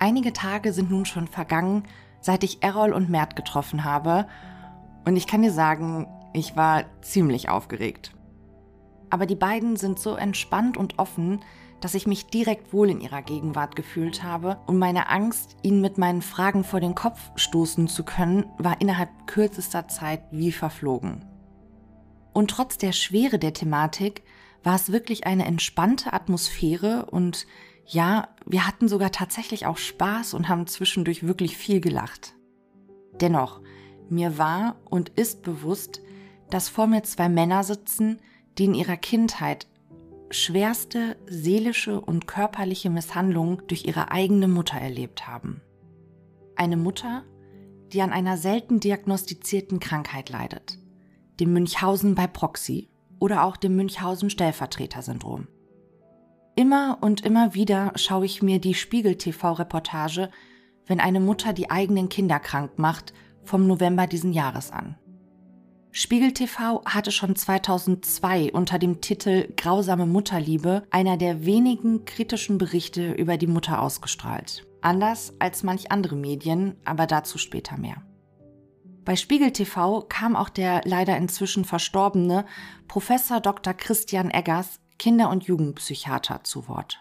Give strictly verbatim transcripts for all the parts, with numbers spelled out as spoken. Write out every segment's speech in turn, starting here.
Einige Tage sind nun schon vergangen, seit ich Errol und Mert getroffen habe. Und ich kann dir sagen, ich war ziemlich aufgeregt. Aber die beiden sind so entspannt und offen, dass ich mich direkt wohl in ihrer Gegenwart gefühlt habe und meine Angst, ihnen mit meinen Fragen vor den Kopf stoßen zu können, war innerhalb kürzester Zeit wie verflogen. Und trotz der Schwere der Thematik war es wirklich eine entspannte Atmosphäre und ja, wir hatten sogar tatsächlich auch Spaß und haben zwischendurch wirklich viel gelacht. Dennoch, mir war und ist bewusst, dass vor mir zwei Männer sitzen, die in ihrer Kindheit schwerste seelische und körperliche Misshandlungen durch ihre eigene Mutter erlebt haben. Eine Mutter, die an einer selten diagnostizierten Krankheit leidet, dem Münchhausen bei Proxy oder auch dem Münchhausen-Stellvertreter-Syndrom. Immer und immer wieder schaue ich mir die Spiegel-T V-Reportage, wenn eine Mutter die eigenen Kinder krank macht, vom November diesen Jahres an. Spiegel-T V hatte schon zweitausendzwei unter dem Titel Grausame Mutterliebe einer der wenigen kritischen Berichte über die Mutter ausgestrahlt. Anders als manch andere Medien, aber dazu später mehr. Bei Spiegel-T V kam auch der leider inzwischen verstorbene Professor Doktor Christian Eggers, Kinder- und Jugendpsychiater, zu Wort.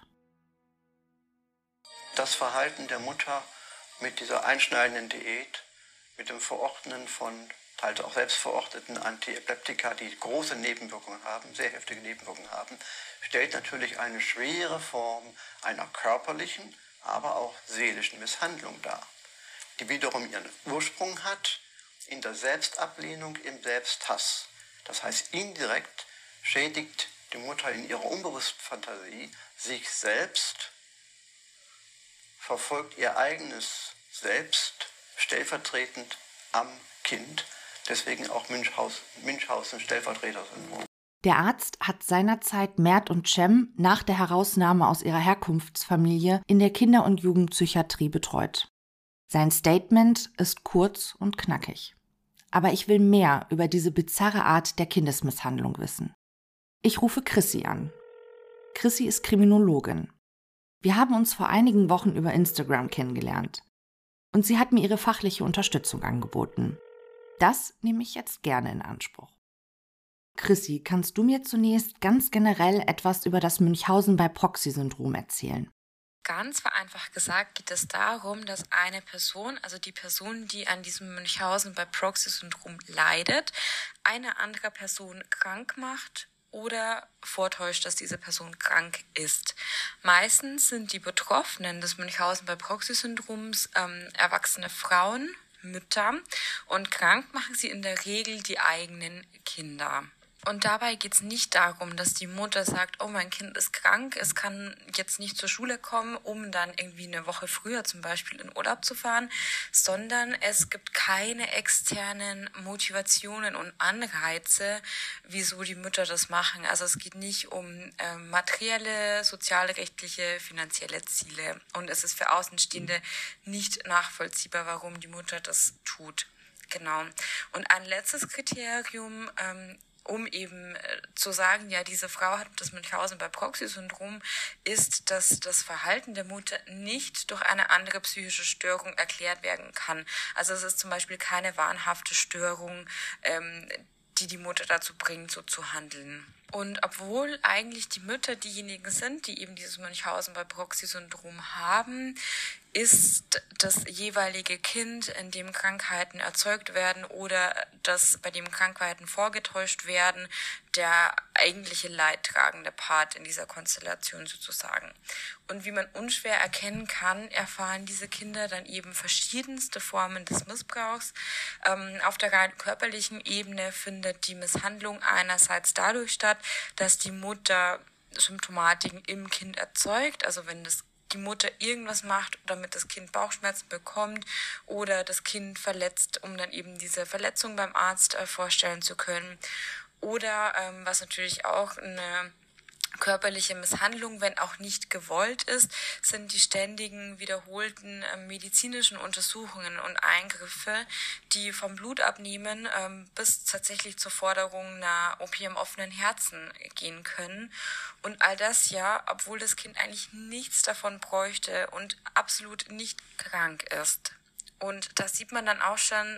Das Verhalten der Mutter mit dieser einschneidenden Diät, mit dem Verordnen von teils auch selbstverordneten Antiepileptika, die große Nebenwirkungen haben, sehr heftige Nebenwirkungen haben, stellt natürlich eine schwere Form einer körperlichen, aber auch seelischen Misshandlung dar, die wiederum ihren Ursprung hat in der Selbstablehnung, im Selbsthass. Das heißt, indirekt schädigt die Mutter in ihrer unbewussten Fantasie sich selbst, verfolgt ihr eigenes Selbst stellvertretend am Kind. Deswegen auch Münchhausen-Stellvertreter-Syndrom. Der Arzt hat seinerzeit Mert und Cem nach der Herausnahme aus ihrer Herkunftsfamilie in der Kinder- und Jugendpsychiatrie betreut. Sein Statement ist kurz und knackig. Aber ich will mehr über diese bizarre Art der Kindesmisshandlung wissen. Ich rufe Chrissy an. Chrissy ist Kriminologin. Wir haben uns vor einigen Wochen über Instagram kennengelernt. Und sie hat mir ihre fachliche Unterstützung angeboten. Das nehme ich jetzt gerne in Anspruch. Chrissy, kannst du mir zunächst ganz generell etwas über das Münchhausen bei Proxy-Syndrom erzählen? Ganz vereinfacht gesagt geht es darum, dass eine Person, also die Person, die an diesem Münchhausen bei Proxy-Syndrom leidet, eine andere Person krank macht oder vortäuscht, dass diese Person krank ist. Meistens sind die Betroffenen des Münchhausen bei Proxy-Syndroms ähm, erwachsene Frauen, Mütter, und krank machen sie in der Regel die eigenen Kinder. Und dabei geht es nicht darum, dass die Mutter sagt, oh, mein Kind ist krank, es kann jetzt nicht zur Schule kommen, um dann irgendwie eine Woche früher zum Beispiel in Urlaub zu fahren, sondern es gibt keine externen Motivationen und Anreize, wieso die Mütter das machen. Also es geht nicht um äh, materielle, sozialrechtliche, finanzielle Ziele. Und es ist für Außenstehende nicht nachvollziehbar, warum die Mutter das tut. Genau. Und ein letztes Kriterium, ähm, um eben äh, zu sagen, ja, diese Frau hat das Münchhausen bei Proxy-Syndrom, ist, dass das Verhalten der Mutter nicht durch eine andere psychische Störung erklärt werden kann. Also es ist zum Beispiel keine wahnhafte Störung, ähm, die die Mutter dazu bringt, so zu handeln. Und obwohl eigentlich die Mütter diejenigen sind, die eben dieses Münchhausen bei Proxy-Syndrom haben, ist das jeweilige Kind, in dem Krankheiten erzeugt werden oder das bei dem Krankheiten vorgetäuscht werden, der eigentliche leidtragende Part in dieser Konstellation sozusagen. Und wie man unschwer erkennen kann, erfahren diese Kinder dann eben verschiedenste Formen des Missbrauchs. Ähm, auf der rein körperlichen Ebene findet die Misshandlung einerseits dadurch statt, dass die Mutter Symptomatiken im Kind erzeugt, also wenn das die Mutter irgendwas macht, damit das Kind Bauchschmerzen bekommt oder das Kind verletzt, um dann eben diese Verletzung beim Arzt äh, vorstellen zu können. Oder ähm, was natürlich auch eine Körperliche Misshandlung, wenn auch nicht gewollt ist, sind die ständigen, wiederholten äh, medizinischen Untersuchungen und Eingriffe, die vom Blutabnehmen ähm, bis tatsächlich zur Forderung einer O P am offenen Herzen gehen können. Und all das ja, obwohl das Kind eigentlich nichts davon bräuchte und absolut nicht krank ist. Und das sieht man dann auch schon,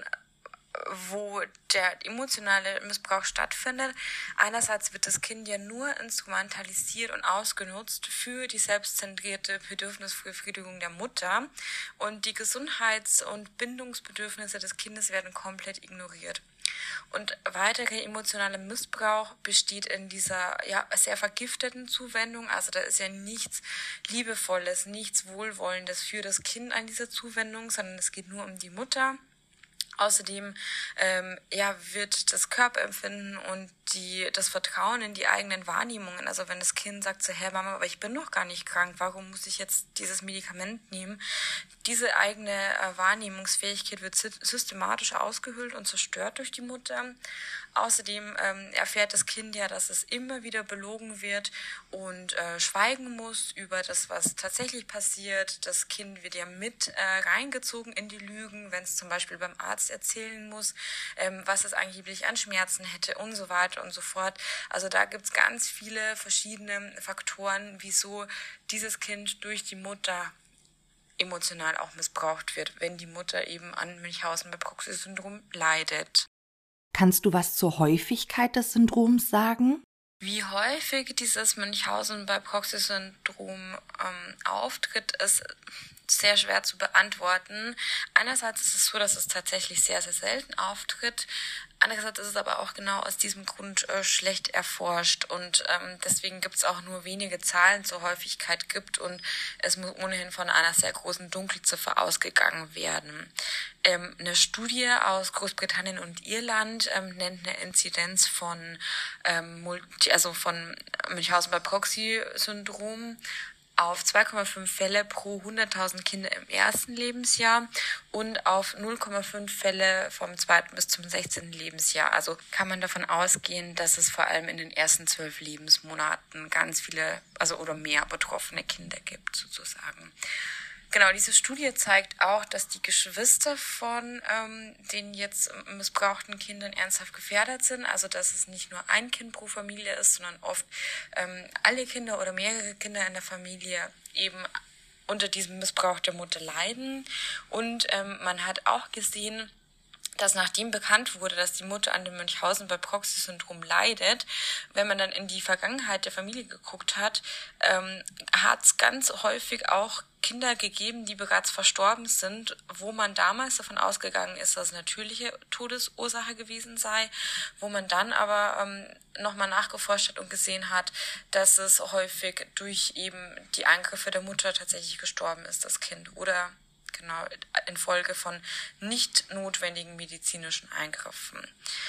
wo der emotionale Missbrauch stattfindet. Einerseits wird das Kind ja nur instrumentalisiert und ausgenutzt für die selbstzentrierte Bedürfnisbefriedigung der Mutter und die Gesundheits- und Bindungsbedürfnisse des Kindes werden komplett ignoriert. Und weiterer emotionaler Missbrauch besteht in dieser ja sehr vergifteten Zuwendung. Also da ist ja nichts Liebevolles, nichts Wohlwollendes für das Kind an dieser Zuwendung, sondern es geht nur um die Mutter. Außerdem ähm, ja, wird das Körperempfinden und die, das Vertrauen in die eigenen Wahrnehmungen, also wenn das Kind sagt so, hey Mama, aber ich bin noch gar nicht krank, warum muss ich jetzt dieses Medikament nehmen? Diese eigene äh, Wahrnehmungsfähigkeit wird sy- systematisch ausgehöhlt und zerstört durch die Mutter. Außerdem ähm, erfährt das Kind ja, dass es immer wieder belogen wird und äh, schweigen muss über das, was tatsächlich passiert. Das Kind wird ja mit äh, reingezogen in die Lügen, wenn es zum Beispiel beim Arzt erzählen muss, ähm, was es angeblich an Schmerzen hätte und so weiter und so fort. Also da gibt es ganz viele verschiedene Faktoren, wieso dieses Kind durch die Mutter emotional auch missbraucht wird, wenn die Mutter eben an Münchhausen-by-Proxy-Syndrom leidet. Kannst du was zur Häufigkeit des Syndroms sagen? Wie häufig dieses Münchhausen-by-Proxy-Syndrom ähm, auftritt, ist sehr schwer zu beantworten. Einerseits ist es so, dass es tatsächlich sehr, sehr selten auftritt. Andererseits ist es aber auch genau aus diesem Grund äh, schlecht erforscht und ähm, deswegen gibt es auch nur wenige Zahlen zur Häufigkeit gibt und es muss ohnehin von einer sehr großen Dunkelziffer ausgegangen werden. Ähm, eine Studie aus Großbritannien und Irland ähm, nennt eine Inzidenz von ähm, Multi, also von Münchhausen-by-Proxy-Syndrom auf zwei Komma fünf Fälle pro hunderttausend Kinder im ersten Lebensjahr und auf null Komma fünf Fälle vom zweiten bis zum sechzehnten Lebensjahr. Also kann man davon ausgehen, dass es vor allem in den ersten zwölf Lebensmonaten ganz viele, also oder mehr betroffene Kinder gibt, sozusagen. Genau, diese Studie zeigt auch, dass die Geschwister von ähm, den jetzt missbrauchten Kindern ernsthaft gefährdet sind. Also dass es nicht nur ein Kind pro Familie ist, sondern oft ähm, alle Kinder oder mehrere Kinder in der Familie eben unter diesem Missbrauch der Mutter leiden. Und ähm, man hat auch gesehen, dass nachdem bekannt wurde, dass die Mutter an dem Münchhausen-by-Proxy-Syndrom leidet, wenn man dann in die Vergangenheit der Familie geguckt hat, ähm, hat es ganz häufig auch Kinder gegeben, die bereits verstorben sind, wo man damals davon ausgegangen ist, dass es natürliche Todesursache gewesen sei, wo man dann aber ähm, nochmal nachgeforscht hat und gesehen hat, dass es häufig durch eben die Eingriffe der Mutter tatsächlich gestorben ist, das Kind, oder genau infolge von nicht notwendigen medizinischen Eingriffen.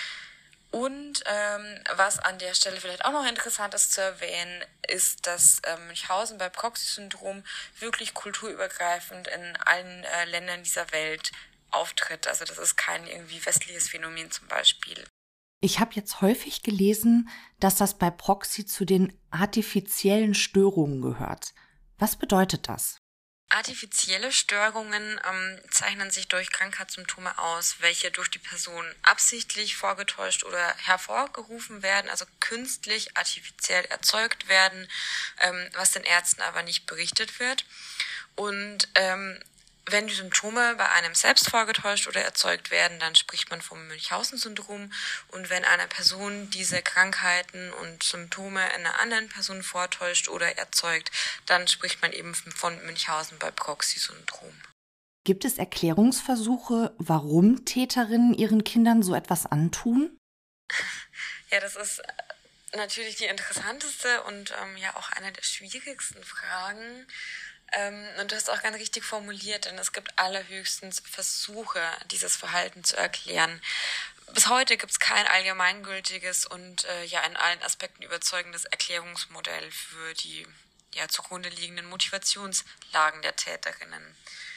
Und ähm, was an der Stelle vielleicht auch noch interessant ist zu erwähnen, ist, dass ähm, Münchhausen-by-Proxy-Syndrom wirklich kulturübergreifend in allen äh, Ländern dieser Welt auftritt. Also das ist kein irgendwie westliches Phänomen zum Beispiel. Ich habe jetzt häufig gelesen, dass das bei Proxy zu den artifiziellen Störungen gehört. Was bedeutet das? Artifizielle Störungen ähm, zeichnen sich durch Krankheitssymptome aus, welche durch die Person absichtlich vorgetäuscht oder hervorgerufen werden, also künstlich artifiziell erzeugt werden, ähm, was den Ärzten aber nicht berichtet wird. Und ähm, wenn die Symptome bei einem selbst vorgetäuscht oder erzeugt werden, dann spricht man vom Münchhausen-Syndrom. Und wenn eine Person diese Krankheiten und Symptome in einer anderen Person vortäuscht oder erzeugt, dann spricht man eben von Münchhausen-by-Proxy-Syndrom. Gibt es Erklärungsversuche, warum Täterinnen ihren Kindern so etwas antun? Ja, das ist natürlich die interessanteste und ähm, ja auch eine der schwierigsten Fragen. Ähm, und du hast auch ganz richtig formuliert, denn es gibt allerhöchstens Versuche, dieses Verhalten zu erklären. Bis heute gibt es kein allgemeingültiges und äh, ja in allen Aspekten überzeugendes Erklärungsmodell für die ja zugrunde liegenden Motivationslagen der Täterinnen.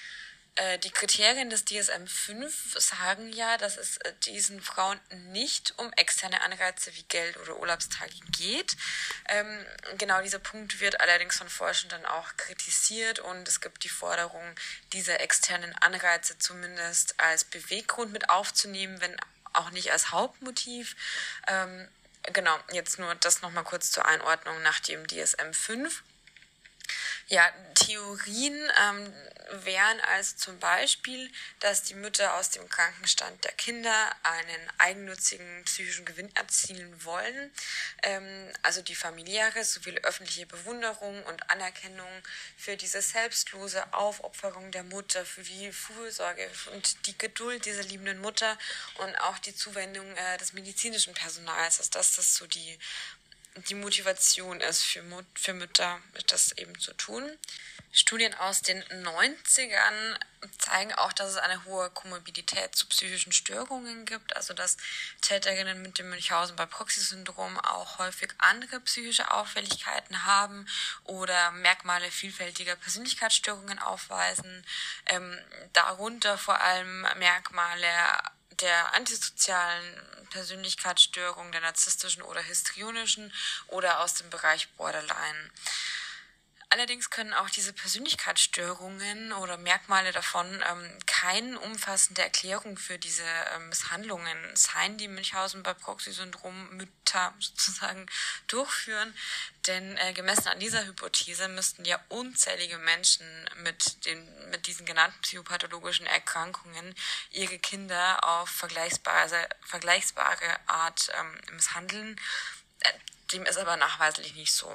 Äh, die Kriterien des D S M fünf sagen ja, dass es äh, diesen Frauen nicht um externe Anreize wie Geld oder Urlaubstage geht. Ähm, genau dieser Punkt wird allerdings von Forschenden auch kritisiert und es gibt die Forderung, diese externen Anreize zumindest als Beweggrund mit aufzunehmen, wenn auch nicht als Hauptmotiv. Ähm, genau, jetzt nur das nochmal kurz zur Einordnung nach dem D S M fünf. Ja, Theorien ähm, wären also zum Beispiel, dass die Mütter aus dem Krankenstand der Kinder einen eigennützigen psychischen Gewinn erzielen wollen, ähm, also die familiäre sowie öffentliche Bewunderung und Anerkennung für diese selbstlose Aufopferung der Mutter, für die Fürsorge und die Geduld dieser liebenden Mutter und auch die Zuwendung äh, des medizinischen Personals, also dass das so die die Motivation ist für, Mut, für Mütter, das eben zu tun. Studien aus den neunzigern zeigen auch, dass es eine hohe Komorbidität zu psychischen Störungen gibt, also dass Täterinnen mit dem Münchhausen-bei-Proxy-Syndrom auch häufig andere psychische Auffälligkeiten haben oder Merkmale vielfältiger Persönlichkeitsstörungen aufweisen, ähm, darunter vor allem Merkmale der antisozialen Persönlichkeitsstörung, der narzisstischen oder histrionischen oder aus dem Bereich Borderline. Allerdings können auch diese Persönlichkeitsstörungen oder Merkmale davon ähm, keine umfassende Erklärung für diese ähm, Misshandlungen sein, die Münchhausen bei Proxy-Syndrom Mütter sozusagen durchführen. Denn äh, gemessen an dieser Hypothese müssten ja unzählige Menschen mit, den, mit diesen genannten psychopathologischen Erkrankungen ihre Kinder auf vergleichbare, vergleichbare Art ähm, misshandeln. Äh, dem ist aber nachweislich nicht so.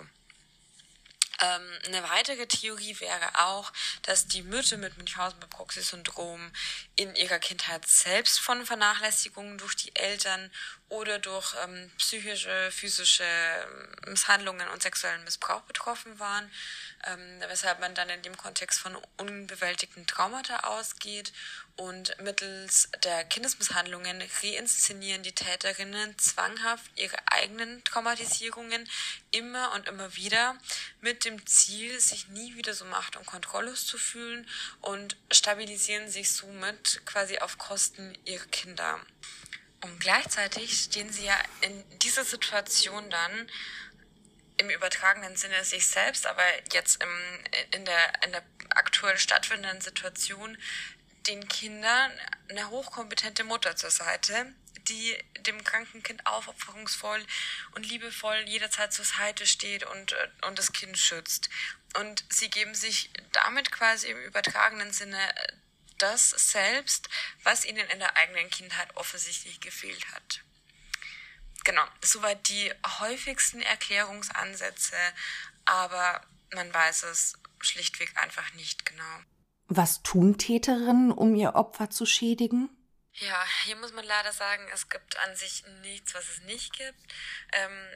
Ähm, eine weitere Theorie wäre auch, dass die Mütter mit Münchhausen-bei-Proxy-Syndrom in ihrer Kindheit selbst von Vernachlässigungen durch die Eltern oder durch ähm, psychische, physische Misshandlungen und sexuellen Missbrauch betroffen waren, ähm, weshalb man dann in dem Kontext von unbewältigten Traumata ausgeht und mittels der Kindesmisshandlungen reinszenieren die Täterinnen zwanghaft ihre eigenen Traumatisierungen immer und immer wieder mit dem Ziel, sich nie wieder so macht- und kontrolllos zu fühlen und stabilisieren sich somit quasi auf Kosten ihrer Kinder. Und gleichzeitig stehen sie ja in dieser Situation dann im übertragenen Sinne sich selbst, aber jetzt im, in der, in der aktuell stattfindenden Situation den Kindern eine hochkompetente Mutter zur Seite, die dem kranken Kind aufopferungsvoll und liebevoll jederzeit zur Seite steht und, und das Kind schützt. Und sie geben sich damit quasi im übertragenen Sinne das selbst, was ihnen in der eigenen Kindheit offensichtlich gefehlt hat. Genau, soweit die häufigsten Erklärungsansätze, aber man weiß es schlichtweg einfach nicht genau. Was tun Täterinnen, um ihr Opfer zu schädigen? Ja, hier muss man leider sagen, es gibt an sich nichts, was es nicht gibt. Ähm,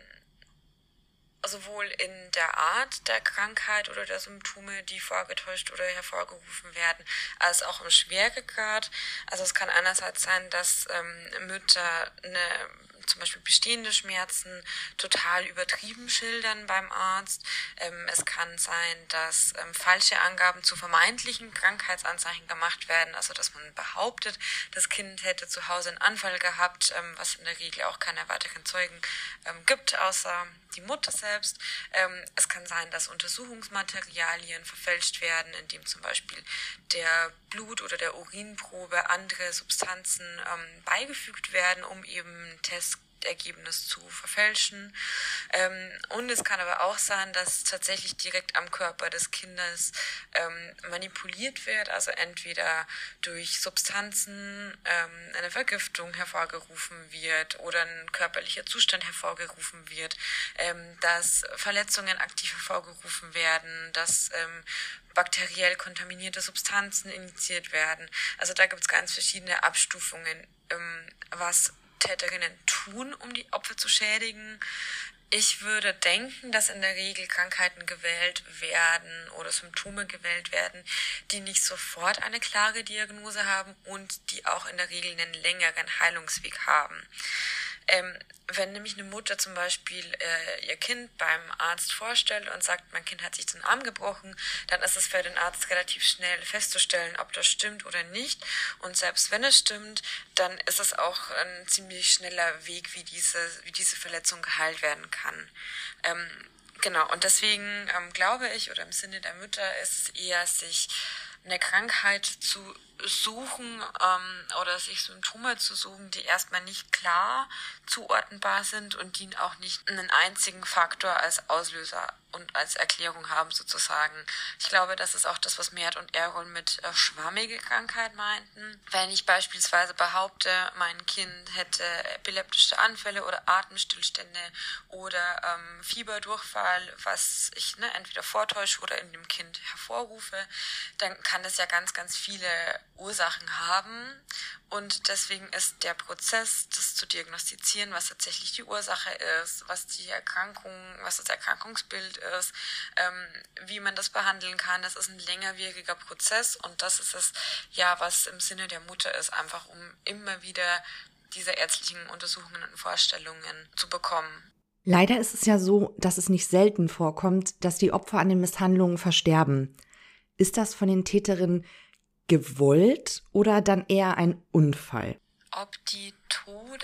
sowohl in der Art der Krankheit oder der Symptome, die vorgetäuscht oder hervorgerufen werden, als auch im Schweregrad. Also es kann einerseits sein, dass ähm, Mütter eine zum Beispiel bestehende Schmerzen total übertrieben schildern beim Arzt. Ähm, es kann sein, dass ähm, falsche Angaben zu vermeintlichen Krankheitsanzeichen gemacht werden, also dass man behauptet, das Kind hätte zu Hause einen Anfall gehabt, ähm, was in der Regel auch keine weiteren Zeugen ähm, gibt, außer die Mutter selbst. Ähm, es kann sein, dass Untersuchungsmaterialien verfälscht werden, indem zum Beispiel der Blut- oder der Urinprobe andere Substanzen ähm, beigefügt werden, um eben Testergebnis zu verfälschen. Ähm, und es kann aber auch sein, dass tatsächlich direkt am Körper des Kindes ähm, manipuliert wird, also entweder durch Substanzen ähm, eine Vergiftung hervorgerufen wird oder ein körperlicher Zustand hervorgerufen wird, ähm, dass Verletzungen aktiv hervorgerufen werden, dass ähm, bakteriell kontaminierte Substanzen injiziert werden. Also da gibt es ganz verschiedene Abstufungen, ähm, was Täterinnen tun, um die Opfer zu schädigen. Ich würde denken, dass in der Regel Krankheiten gewählt werden oder Symptome gewählt werden, die nicht sofort eine klare Diagnose haben und die auch in der Regel einen längeren Heilungsweg haben. Ähm, wenn nämlich eine Mutter zum Beispiel äh, ihr Kind beim Arzt vorstellt und sagt, mein Kind hat sich den Arm gebrochen, dann ist es für den Arzt relativ schnell festzustellen, ob das stimmt oder nicht. Und selbst wenn es stimmt, dann ist es auch ein ziemlich schneller Weg, wie diese, wie diese Verletzung geheilt werden kann. Ähm, genau, und deswegen ähm, glaube ich, oder im Sinne der Mütter ist es eher, sich eine Krankheit zu suchen ähm, oder sich Symptome zu suchen, die erstmal nicht klar zuordnenbar sind und die auch nicht einen einzigen Faktor als Auslöser und als Erklärung haben sozusagen. Ich glaube, das ist auch das, was Mert und Errol mit äh, schwammige Krankheit meinten. Wenn ich beispielsweise behaupte, mein Kind hätte epileptische Anfälle oder Atemstillstände oder ähm, Fieberdurchfall, was ich ne, entweder vortäusche oder in dem Kind hervorrufe, dann kann das ja ganz, ganz viele Ursachen haben. Und deswegen ist der Prozess, das zu diagnostizieren, was tatsächlich die Ursache ist, was die Erkrankung, was das Erkrankungsbild ist, ähm, wie man das behandeln kann, das ist ein längerwieriger Prozess und das ist es, ja, was im Sinne der Mutter ist, einfach um immer wieder diese ärztlichen Untersuchungen und Vorstellungen zu bekommen. Leider ist es ja so, dass es nicht selten vorkommt, dass die Opfer an den Misshandlungen versterben. Ist das von den Täterinnen gewollt oder dann eher ein Unfall? Ob die Tode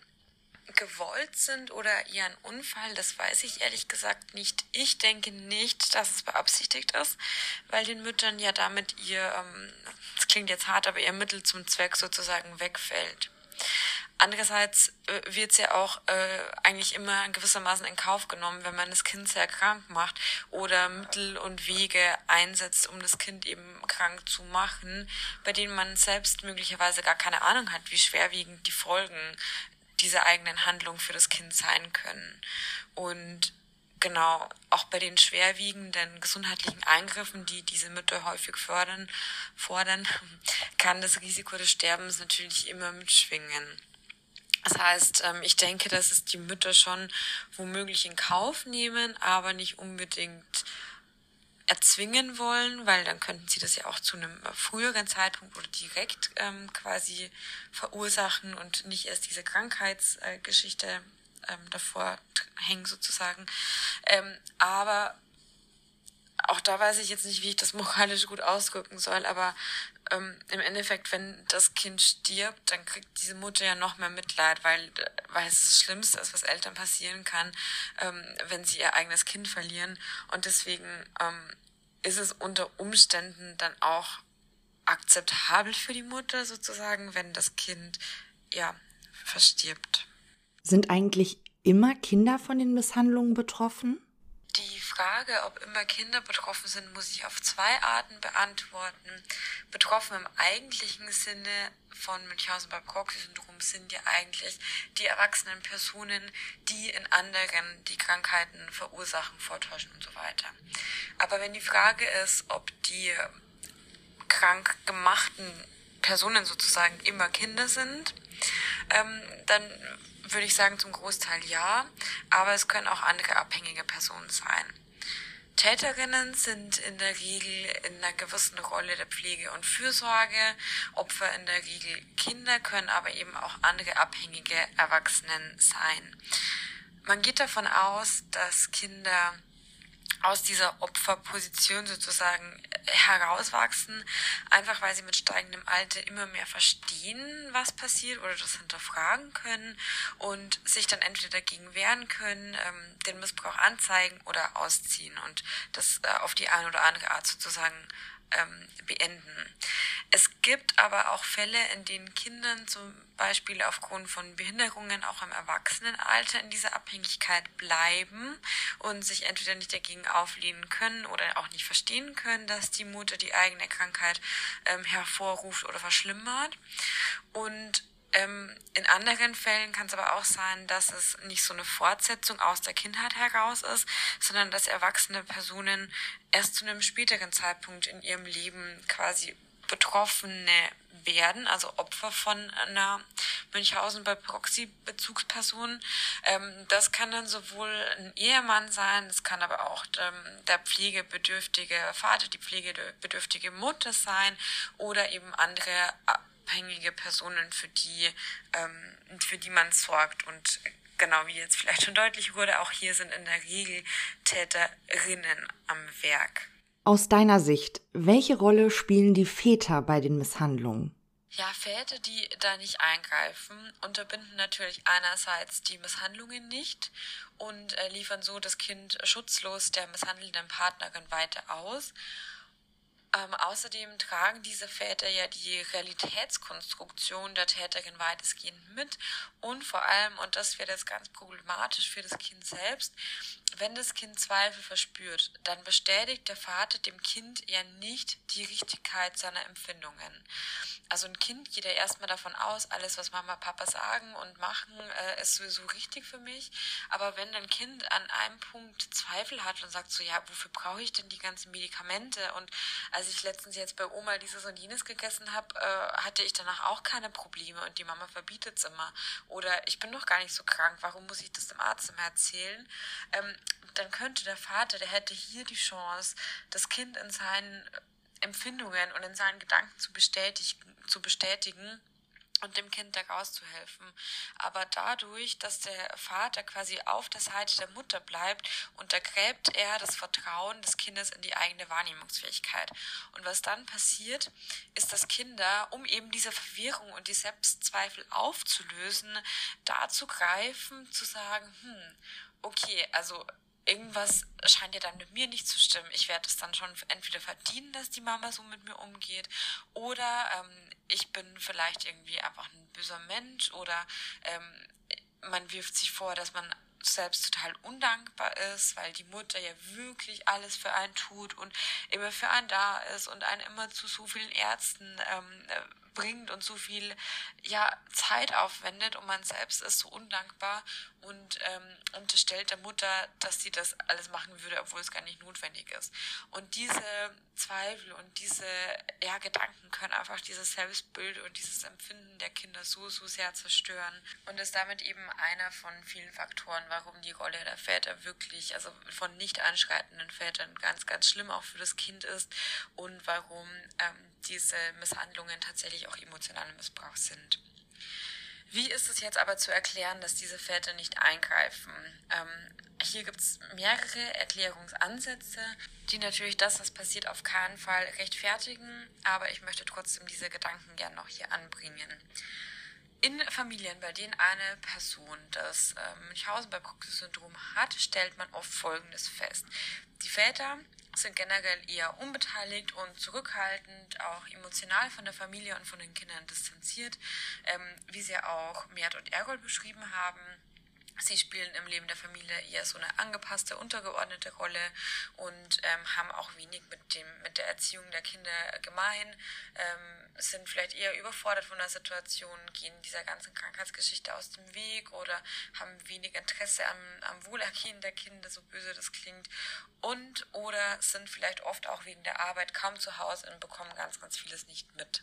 gewollt sind oder eher ein Unfall, das weiß ich ehrlich gesagt nicht. Ich denke nicht, dass es beabsichtigt ist, weil den Müttern ja damit ihr, ähm, das klingt jetzt hart, aber ihr Mittel zum Zweck sozusagen wegfällt. Andererseits äh, wird es ja auch äh, eigentlich immer gewissermaßen in Kauf genommen, wenn man das Kind sehr krank macht oder Mittel und Wege einsetzt, um das Kind eben krank zu machen, bei denen man selbst möglicherweise gar keine Ahnung hat, wie schwerwiegend die Folgen dieser eigenen Handlung für das Kind sein können. Und genau, auch bei den schwerwiegenden gesundheitlichen Eingriffen, die diese Mütter häufig fördern, fordern, kann das Risiko des Sterbens natürlich immer mitschwingen. Das heißt, ich denke, dass es die Mütter schon womöglich in Kauf nehmen, aber nicht unbedingt erzwingen wollen, weil dann könnten sie das ja auch zu einem früheren Zeitpunkt oder direkt ähm, quasi verursachen und nicht erst diese Krankheitsgeschichte ähm, davor hängen sozusagen. Ähm, aber auch da weiß ich jetzt nicht, wie ich das moralisch gut ausdrücken soll, aber ähm, im Endeffekt, wenn das Kind stirbt, dann kriegt diese Mutter ja noch mehr Mitleid, weil, weil es das Schlimmste ist, was Eltern passieren kann, ähm, wenn sie ihr eigenes Kind verlieren. Und deswegen ähm, ist es unter Umständen dann auch akzeptabel für die Mutter sozusagen, wenn das Kind ja verstirbt. Sind eigentlich immer Kinder von den Misshandlungen betroffen? Die Frage, ob immer Kinder betroffen sind, muss ich auf zwei Arten beantworten. Betroffen im eigentlichen Sinne von Münchhausen-by-Proxy-Syndrom sind ja eigentlich die erwachsenen Personen, die in anderen die Krankheiten verursachen, vortäuschen und so weiter. Aber wenn die Frage ist, ob die krank gemachten Personen sozusagen immer Kinder sind, ähm, dann würde ich sagen, zum Großteil ja, aber es können auch andere abhängige Personen sein. Täterinnen sind in der Regel in einer gewissen Rolle der Pflege und Fürsorge, Opfer in der Regel Kinder, können aber eben auch andere abhängige Erwachsenen sein. Man geht davon aus, dass Kinder aus dieser Opferposition sozusagen herauswachsen, einfach weil sie mit steigendem Alter immer mehr verstehen, was passiert oder das hinterfragen können und sich dann entweder dagegen wehren können, ähm, den Missbrauch anzeigen oder ausziehen und das äh, auf die eine oder andere Art sozusagen ähm, beenden. Es gibt aber auch Fälle, in denen Kindern zum Beispiel aufgrund von Behinderungen auch im Erwachsenenalter in dieser Abhängigkeit bleiben und sich entweder nicht dagegen auflehnen können oder auch nicht verstehen können, dass die Mutter die eigene Krankheit ähm, hervorruft oder verschlimmert. Und Ähm, in anderen Fällen kann es aber auch sein, dass es nicht so eine Fortsetzung aus der Kindheit heraus ist, sondern dass erwachsene Personen erst zu einem späteren Zeitpunkt in ihrem Leben quasi Betroffene werden, also Opfer von einer Münchhausen-by-Proxy-Bezugsperson. Ähm, das kann dann sowohl ein Ehemann sein, das kann aber auch ähm, der pflegebedürftige Vater, die pflegebedürftige Mutter sein oder eben andere abhängige Personen, für die, ähm, für die man sorgt. Und genau wie jetzt vielleicht schon deutlich wurde, auch hier sind in der Regel Täterinnen am Werk. Aus deiner Sicht, welche Rolle spielen die Väter bei den Misshandlungen? Ja, Väter, die da nicht eingreifen, unterbinden natürlich einerseits die Misshandlungen nicht und äh, liefern so das Kind schutzlos der misshandelnden Partnerin weiter aus. Ähm, außerdem tragen diese Väter ja die Realitätskonstruktion der Täterin weitestgehend mit und vor allem, und das wird jetzt ganz problematisch für das Kind selbst, wenn das Kind Zweifel verspürt, dann bestätigt der Vater dem Kind ja nicht die Richtigkeit seiner Empfindungen. Also ein Kind geht ja erstmal davon aus, alles, was Mama, Papa sagen und machen, äh, ist sowieso richtig für mich. Aber wenn ein Kind an einem Punkt Zweifel hat und sagt so, ja, wofür brauche ich denn die ganzen Medikamente? Und als ich letztens jetzt bei Oma dieses und jenes gegessen habe, äh, hatte ich danach auch keine Probleme und die Mama verbietet es immer. Oder ich bin doch gar nicht so krank, warum muss ich das dem Arzt immer erzählen? Ähm, dann könnte der Vater, der hätte hier die Chance, das Kind in seinen Empfindungen und in seinen Gedanken zu bestätigen, zu bestätigen und dem Kind da rauszuhelfen. Aber dadurch, dass der Vater quasi auf der Seite der Mutter bleibt, untergräbt er das Vertrauen des Kindes in die eigene Wahrnehmungsfähigkeit. Und was dann passiert, ist, dass Kinder, um eben diese Verwirrung und die Selbstzweifel aufzulösen, dazu greifen, zu sagen, hm, okay, also irgendwas scheint ja dann mit mir nicht zu stimmen. Ich werde es dann schon entweder verdienen, dass die Mama so mit mir umgeht, oder ähm, ich bin vielleicht irgendwie einfach ein böser Mensch, oder ähm, man wirft sich vor, dass man selbst total undankbar ist, weil die Mutter ja wirklich alles für einen tut und immer für einen da ist und einen immer zu so vielen Ärzten ähm, bringt und so viel ja, Zeit aufwendet und man selbst ist so undankbar und ähm, unterstellt der Mutter, dass sie das alles machen würde, obwohl es gar nicht notwendig ist. Und diese Zweifel und diese ja, Gedanken können einfach dieses Selbstbild und dieses Empfinden der Kinder so, so sehr zerstören und ist damit eben einer von vielen Faktoren, warum die Rolle der Väter wirklich, also von nicht einschreitenden Vätern ganz, ganz schlimm auch für das Kind ist und warum ähm, diese Misshandlungen tatsächlich auch emotionaler Missbrauch sind. Wie ist es jetzt aber zu erklären, dass diese Väter nicht eingreifen? Ähm, hier gibt es mehrere Erklärungsansätze, die natürlich das, was passiert, auf keinen Fall rechtfertigen, aber ich möchte trotzdem diese Gedanken gerne noch hier anbringen. In Familien, bei denen eine Person das äh, Münchhausen bei Proxy-Syndrom hat, stellt man oft Folgendes fest. Die Väter sind generell eher unbeteiligt und zurückhaltend, auch emotional von der Familie und von den Kindern distanziert, ähm, wie sie auch Mert und Errol beschrieben haben. Sie spielen im Leben der Familie eher so eine angepasste, untergeordnete Rolle und ähm, haben auch wenig mit dem mit der Erziehung der Kinder gemein, ähm, sind vielleicht eher überfordert von der Situation, gehen dieser ganzen Krankheitsgeschichte aus dem Weg oder haben wenig Interesse am, am Wohlergehen der Kinder, so böse das klingt, und oder sind vielleicht oft auch wegen der Arbeit kaum zu Hause und bekommen ganz, ganz vieles nicht mit.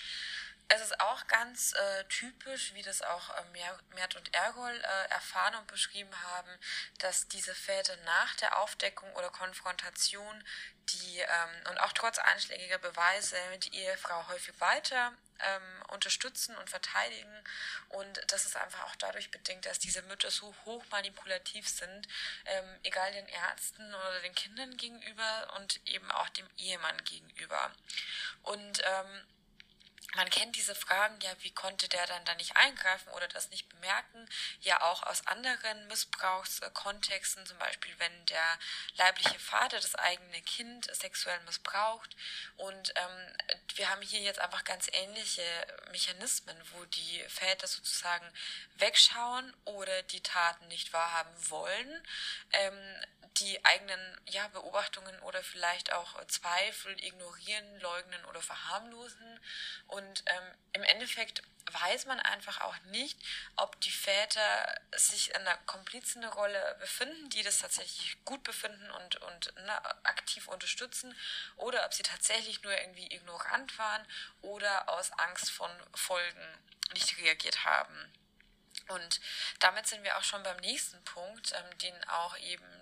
Es ist auch ganz äh, typisch, wie das auch äh, Mert und Errol äh, erfahren und beschrieben haben, dass diese Väter nach der Aufdeckung oder Konfrontation die ähm, und auch trotz einschlägiger Beweise die Ehefrau häufig weiter ähm, unterstützen und verteidigen. Und das ist einfach auch dadurch bedingt, dass diese Mütter so hoch manipulativ sind, ähm, egal den Ärzten oder den Kindern gegenüber und eben auch dem Ehemann gegenüber. Und ähm, man kennt diese Fragen, ja, wie konnte der dann da nicht eingreifen oder das nicht bemerken, ja auch aus anderen Missbrauchskontexten, zum Beispiel wenn der leibliche Vater das eigene Kind sexuell missbraucht. Und ähm, wir haben hier jetzt einfach ganz ähnliche Mechanismen, wo die Väter sozusagen wegschauen oder die Taten nicht wahrhaben wollen, ähm, die eigenen ja, Beobachtungen oder vielleicht auch Zweifel ignorieren, leugnen oder verharmlosen. Und ähm, im Endeffekt weiß man einfach auch nicht, ob die Väter sich in einer Komplizenrolle befinden, die das tatsächlich gut befinden und, und ne, aktiv unterstützen, oder ob sie tatsächlich nur irgendwie ignorant waren oder aus Angst von Folgen nicht reagiert haben. Und damit sind wir auch schon beim nächsten Punkt, ähm, den auch eben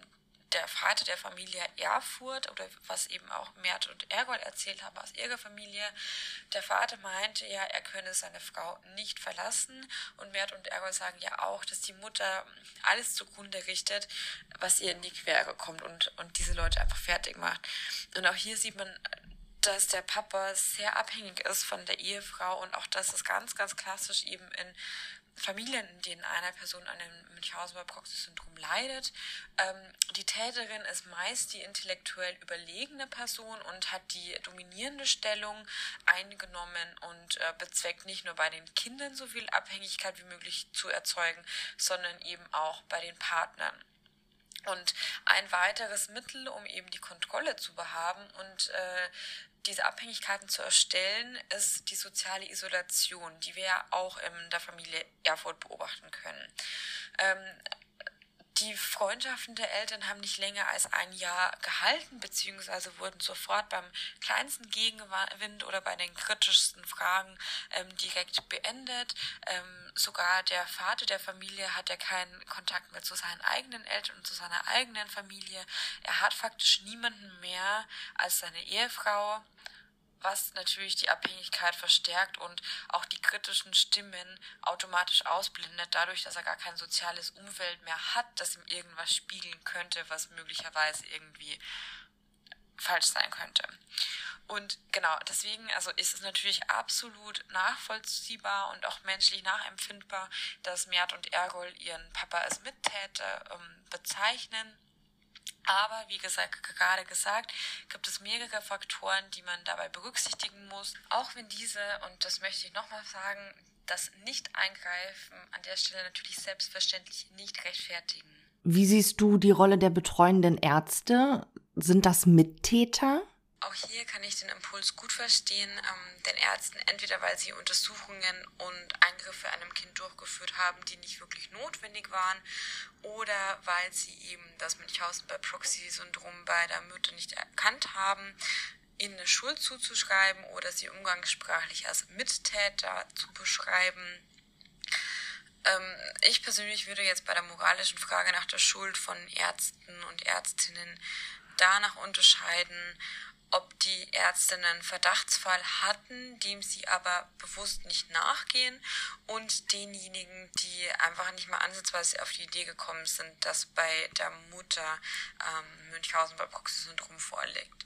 der Vater der Familie erfuhr, oder was eben auch Mert und Ergol erzählt haben aus ihrer Familie. Der Vater meinte ja, er könne seine Frau nicht verlassen, und Mert und Ergol sagen ja auch, dass die Mutter alles zugrunde richtet, was ihr in die Quere kommt und, und diese Leute einfach fertig macht. Und auch hier sieht man, dass der Papa sehr abhängig ist von der Ehefrau, und auch das ist ganz, ganz klassisch eben in Familien, in denen eine Person an dem Münchhausen-by-Proxy-Syndrom leidet. Ähm, die Täterin ist meist die intellektuell überlegene Person und hat die dominierende Stellung eingenommen und äh, bezweckt nicht nur bei den Kindern so viel Abhängigkeit wie möglich zu erzeugen, sondern eben auch bei den Partnern. Und ein weiteres Mittel, um eben die Kontrolle zu behaben und äh, diese Abhängigkeiten zu erstellen, ist die soziale Isolation, die wir ja auch in der Familie Erfurt beobachten können. Ähm, Die Freundschaften der Eltern haben nicht länger als ein Jahr gehalten, beziehungsweise wurden sofort beim kleinsten Gegenwind oder bei den kritischsten Fragen ähm, direkt beendet. Ähm, sogar der Vater der Familie hat ja keinen Kontakt mehr zu seinen eigenen Eltern und zu seiner eigenen Familie. Er hat faktisch niemanden mehr als seine Ehefrau, was natürlich die Abhängigkeit verstärkt und auch die kritischen Stimmen automatisch ausblendet, dadurch, dass er gar kein soziales Umfeld mehr hat, das ihm irgendwas spiegeln könnte, was möglicherweise irgendwie falsch sein könnte. Und genau, deswegen also ist es natürlich absolut nachvollziehbar und auch menschlich nachempfindbar, dass Mert und Ergol ihren Papa als Mittäter ähm, bezeichnen. Aber wie gesagt, gerade gesagt, gibt es mehrere Faktoren, die man dabei berücksichtigen muss. Auch wenn diese, und das möchte ich nochmal sagen, das Nicht-Eingreifen an der Stelle natürlich selbstverständlich nicht rechtfertigen. Wie siehst du die Rolle der betreuenden Ärzte? Sind das Mittäter? Auch hier kann ich den Impuls gut verstehen, ähm, den Ärzten, entweder weil sie Untersuchungen und Eingriffe an einem Kind durchgeführt haben, die nicht wirklich notwendig waren, oder weil sie eben das Münchhausen-by-Proxy-Syndrom bei der Mutter nicht erkannt haben, ihnen eine Schuld zuzuschreiben oder sie umgangssprachlich als Mittäter zu beschreiben. Ähm, ich persönlich würde jetzt bei der moralischen Frage nach der Schuld von Ärzten und Ärztinnen danach unterscheiden, ob die Ärzte einen Verdachtsfall hatten, dem sie aber bewusst nicht nachgehen, und denjenigen, die einfach nicht mal ansatzweise auf die Idee gekommen sind, dass bei der Mutter ähm, Münchhausen-by-Proxy-Syndrom vorliegt.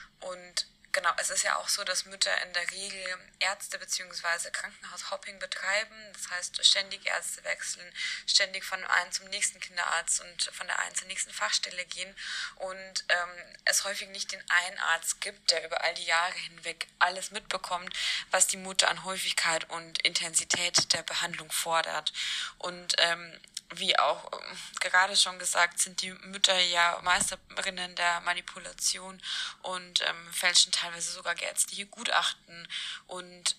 Und genau, es ist ja auch so, dass Mütter in der Regel Ärzte bzw. Krankenhaushopping betreiben. Das heißt, ständig Ärzte wechseln, ständig von einem zum nächsten Kinderarzt und von der einen zur nächsten Fachstelle gehen. Und ähm, es häufig nicht den einen Arzt gibt, der über all die Jahre hinweg alles mitbekommt, was die Mutter an Häufigkeit und Intensität der Behandlung fordert. Und ähm, wie auch ähm, gerade schon gesagt, sind die Mütter ja Meisterinnen der Manipulation und ähm, fälschen teilweise sogar ärztliche Gutachten. Und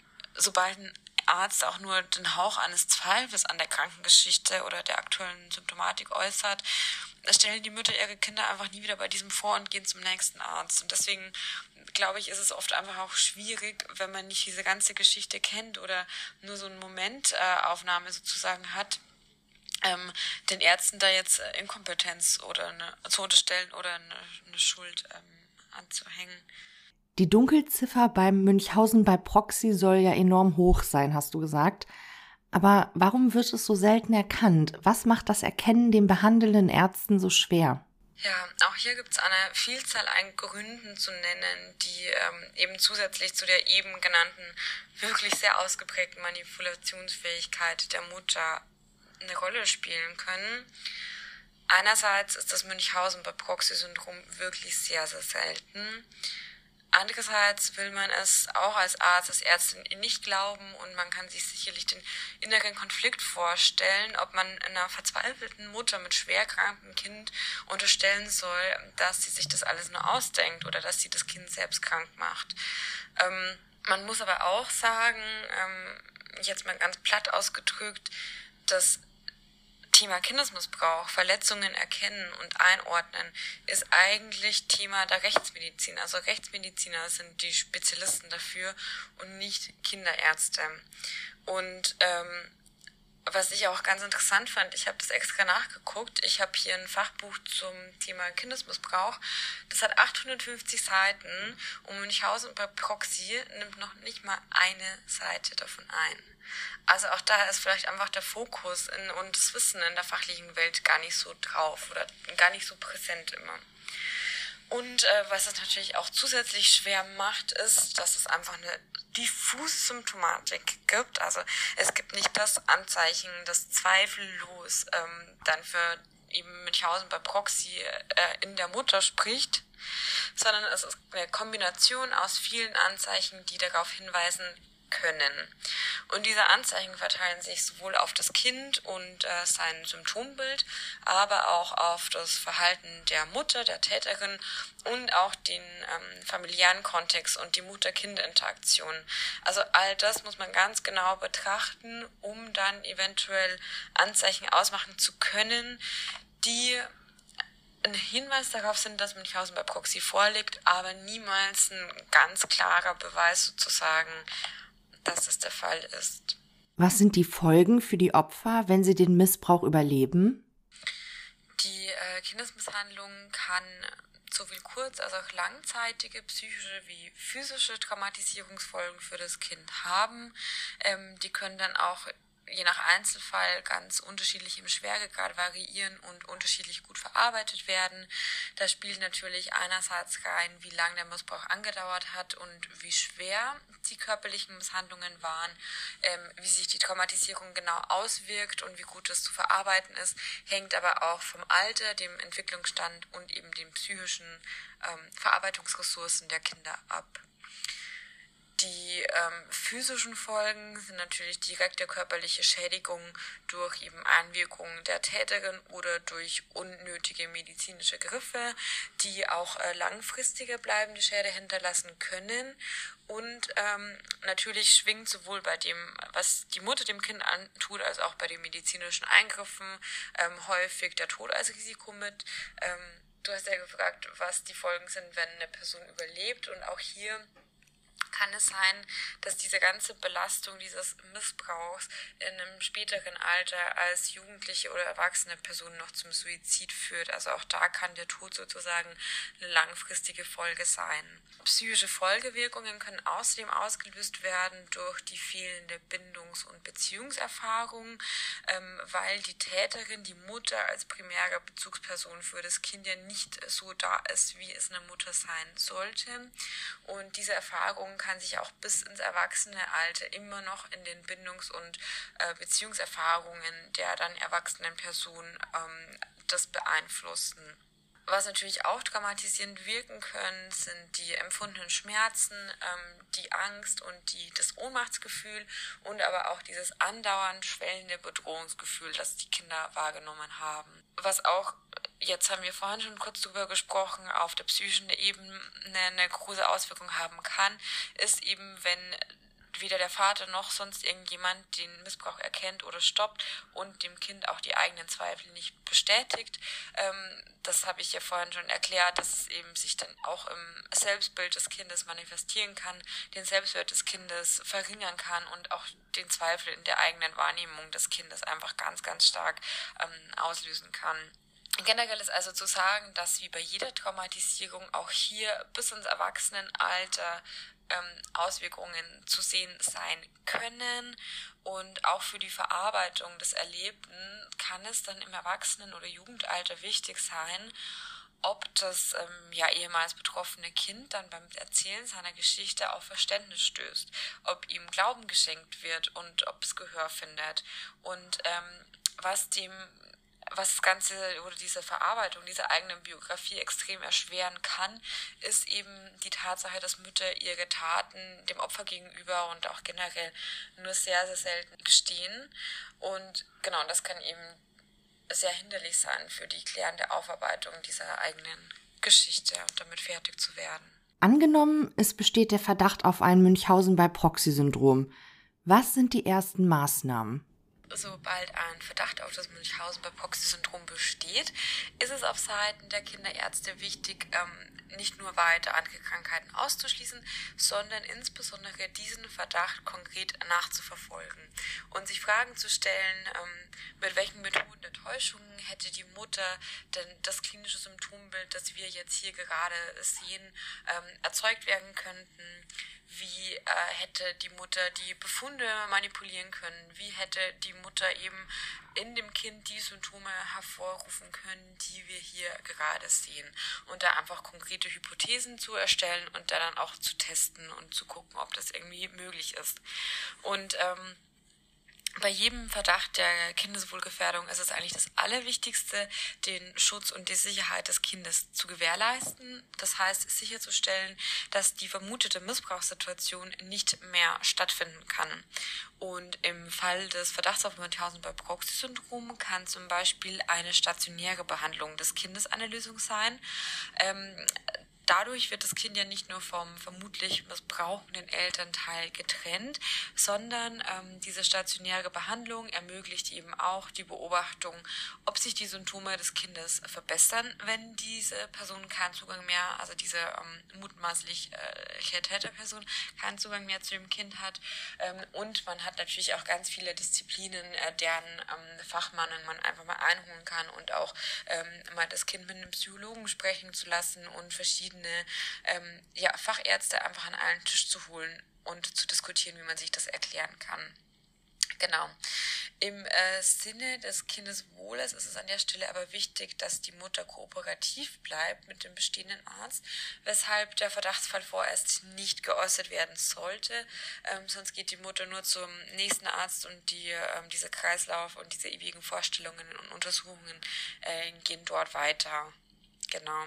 sobald ein Arzt auch nur den Hauch eines Zweifels an der Krankengeschichte oder der aktuellen Symptomatik äußert, stellen die Mütter ihre Kinder einfach nie wieder bei diesem vor und gehen zum nächsten Arzt. Und deswegen, glaube ich, ist es oft einfach auch schwierig, wenn man nicht diese ganze Geschichte kennt oder nur so eine Momentaufnahme sozusagen hat, Ähm, den Ärzten da jetzt äh, Inkompetenz oder eine, zu unterstellen oder eine, eine Schuld ähm, anzuhängen. Die Dunkelziffer beim Münchhausen-by-Proxy soll ja enorm hoch sein, hast du gesagt. Aber warum wird es so selten erkannt? Was macht das Erkennen den behandelnden Ärzten so schwer? Ja, auch hier gibt es eine Vielzahl an Gründen zu nennen, die ähm, eben zusätzlich zu der eben genannten wirklich sehr ausgeprägten Manipulationsfähigkeit der Mutter eine Rolle spielen können. Einerseits ist das Münchhausen-by-Proxy-Syndrom wirklich sehr, sehr selten. Andererseits will man es auch als Arzt, als Ärztin nicht glauben, und man kann sich sicherlich den inneren Konflikt vorstellen, ob man einer verzweifelten Mutter mit schwer krankem Kind unterstellen soll, dass sie sich das alles nur ausdenkt oder dass sie das Kind selbst krank macht. Ähm, man muss aber auch sagen, ähm, jetzt mal ganz platt ausgedrückt, dass Thema Kindesmissbrauch, Verletzungen erkennen und einordnen, ist eigentlich Thema der Rechtsmedizin. Also Rechtsmediziner sind die Spezialisten dafür und nicht Kinderärzte. Und ähm, Was ich auch ganz interessant fand, ich habe das extra nachgeguckt, ich habe hier ein Fachbuch zum Thema Kindesmissbrauch, das hat achthundertfünfzig Seiten und Münchhausen bei Proxy nimmt noch nicht mal eine Seite davon ein. Also auch da ist vielleicht einfach der Fokus in, und das Wissen in der fachlichen Welt gar nicht so drauf oder gar nicht so präsent immer. Und äh, was es natürlich auch zusätzlich schwer macht, ist, dass es einfach eine diffuse Symptomatik gibt. Also es gibt nicht das Anzeichen, das zweifellos ähm, dann für eben Münchhausen bei Proxy äh, in der Mutter spricht, sondern es ist eine Kombination aus vielen Anzeichen, die darauf hinweisen können. Und diese Anzeichen verteilen sich sowohl auf das Kind und äh, sein Symptombild, aber auch auf das Verhalten der Mutter, der Täterin und auch den ähm, familiären Kontext und die Mutter-Kind-Interaktion. Also all das muss man ganz genau betrachten, um dann eventuell Anzeichen ausmachen zu können, die ein Hinweis darauf sind, dass Münchhausen bei Proxy vorliegt, aber niemals ein ganz klarer Beweis sozusagen, dass das der Fall ist. Was sind die Folgen für die Opfer, wenn sie den Missbrauch überleben? Die äh, Kindesmisshandlung kann sowohl kurz- als auch langzeitige psychische wie physische Traumatisierungsfolgen für das Kind haben. Ähm, die können dann auch je nach Einzelfall ganz unterschiedlich im Schweregrad variieren und unterschiedlich gut verarbeitet werden. Da spielt natürlich einerseits rein, wie lange der Missbrauch angedauert hat und wie schwer die körperlichen Misshandlungen waren, ähm, wie sich die Traumatisierung genau auswirkt und wie gut das zu verarbeiten ist, hängt aber auch vom Alter, dem Entwicklungsstand und eben den psychischen ähm, Verarbeitungsressourcen der Kinder ab. Die ähm, physischen Folgen sind natürlich direkte körperliche Schädigung durch eben Einwirkungen der Täterin oder durch unnötige medizinische Griffe, die auch äh, langfristige bleibende Schäden hinterlassen können. Und ähm, natürlich schwingt sowohl bei dem, was die Mutter dem Kind antut, als auch bei den medizinischen Eingriffen ähm, häufig der Tod als Risiko mit. Ähm, du hast ja gefragt, was die Folgen sind, wenn eine Person überlebt. Und auch hier kann es sein, dass diese ganze Belastung dieses Missbrauchs in einem späteren Alter als jugendliche oder erwachsene Person noch zum Suizid führt. Also auch da kann der Tod sozusagen eine langfristige Folge sein. Psychische Folgewirkungen können außerdem ausgelöst werden durch die fehlende Bindungs- und Beziehungserfahrung, ähm, weil die Täterin, die Mutter als primäre Bezugsperson für das Kind ja nicht so da ist, wie es eine Mutter sein sollte. Und diese Erfahrung kann sich auch bis ins Erwachsenealter immer noch in den Bindungs- und äh, Beziehungserfahrungen der dann erwachsenen Person ähm, das beeinflussen. Was natürlich auch traumatisierend wirken können, sind die empfundenen Schmerzen, ähm, die Angst und die, das Ohnmachtsgefühl und aber auch dieses andauernd schwellende Bedrohungsgefühl, das die Kinder wahrgenommen haben. Was auch, jetzt haben wir vorhin schon kurz drüber gesprochen, auf der psychischen Ebene eine große Auswirkung haben kann, ist eben, wenn weder der Vater noch sonst irgendjemand den Missbrauch erkennt oder stoppt und dem Kind auch die eigenen Zweifel nicht bestätigt. Ähm, das habe ich ja vorhin schon erklärt, dass es eben sich dann auch im Selbstbild des Kindes manifestieren kann, den Selbstwert des Kindes verringern kann und auch den Zweifel in der eigenen Wahrnehmung des Kindes einfach ganz, ganz stark ähm, auslösen kann. Generell ist also zu sagen, dass wie bei jeder Traumatisierung auch hier bis ins Erwachsenenalter ähm, Auswirkungen zu sehen sein können und auch für die Verarbeitung des Erlebten kann es dann im Erwachsenen- oder Jugendalter wichtig sein, ob das ähm, ja ehemals betroffene Kind dann beim Erzählen seiner Geschichte auf Verständnis stößt, ob ihm Glauben geschenkt wird und ob es Gehör findet und ähm, was dem Was das Ganze oder diese Verarbeitung dieser eigenen Biografie extrem erschweren kann, ist eben die Tatsache, dass Mütter ihre Taten dem Opfer gegenüber und auch generell nur sehr, sehr selten gestehen. Und genau, das kann eben sehr hinderlich sein für die klärende Aufarbeitung dieser eigenen Geschichte und damit fertig zu werden. Angenommen, es besteht der Verdacht auf ein Münchhausen-bei-Proxy-Syndrom. Was sind die ersten Maßnahmen? sobald ein Verdacht auf das Münchhausen-bei-Proxy-Syndrom besteht, ist es auf Seiten der Kinderärzte wichtig, ähm, nicht nur weiter andere Krankheiten auszuschließen, sondern insbesondere diesen Verdacht konkret nachzuverfolgen und sich Fragen zu stellen, ähm, mit welchen Methoden der Täuschung hätte die Mutter denn das klinische Symptombild, das wir jetzt hier gerade sehen, ähm, erzeugt werden könnten. Wie äh, hätte die Mutter die Befunde manipulieren können? Wie hätte die Mutter eben in dem Kind die Symptome hervorrufen können, die wir hier gerade sehen? Und da einfach konkrete Hypothesen zu erstellen und da dann auch zu testen und zu gucken, ob das irgendwie möglich ist. Und ähm, bei jedem Verdacht der Kindeswohlgefährdung ist es eigentlich das Allerwichtigste, den Schutz und die Sicherheit des Kindes zu gewährleisten. Das heißt, sicherzustellen, dass die vermutete Missbrauchssituation nicht mehr stattfinden kann. Und im Fall des Verdachts auf Münchhausen-bei-Proxy-Syndrom kann zum Beispiel eine stationäre Behandlung des Kindes eine Lösung sein. Ähm, Dadurch wird das Kind ja nicht nur vom vermutlich missbrauchenden Elternteil getrennt, sondern ähm, diese stationäre Behandlung ermöglicht eben auch die Beobachtung, ob sich die Symptome des Kindes verbessern, wenn diese Person keinen Zugang mehr, also diese ähm, mutmaßlich äh, Täterperson keinen Zugang mehr zu dem Kind hat. Ähm, und man hat natürlich auch ganz viele Disziplinen, äh, deren ähm, Fachmann man einfach mal einholen kann und auch ähm, mal das Kind mit einem Psychologen sprechen zu lassen und verschiedene ähm, ja, Fachärzte einfach an einen Tisch zu holen und zu diskutieren, wie man sich das erklären kann. Genau. Im äh, Sinne des Kindeswohles ist es an der Stelle aber wichtig, dass die Mutter kooperativ bleibt mit dem bestehenden Arzt, weshalb der Verdachtsfall vorerst nicht geäußert werden sollte. Ähm, sonst geht die Mutter nur zum nächsten Arzt und die, ähm, dieser Kreislauf und diese ewigen Vorstellungen und Untersuchungen äh, gehen dort weiter. Genau.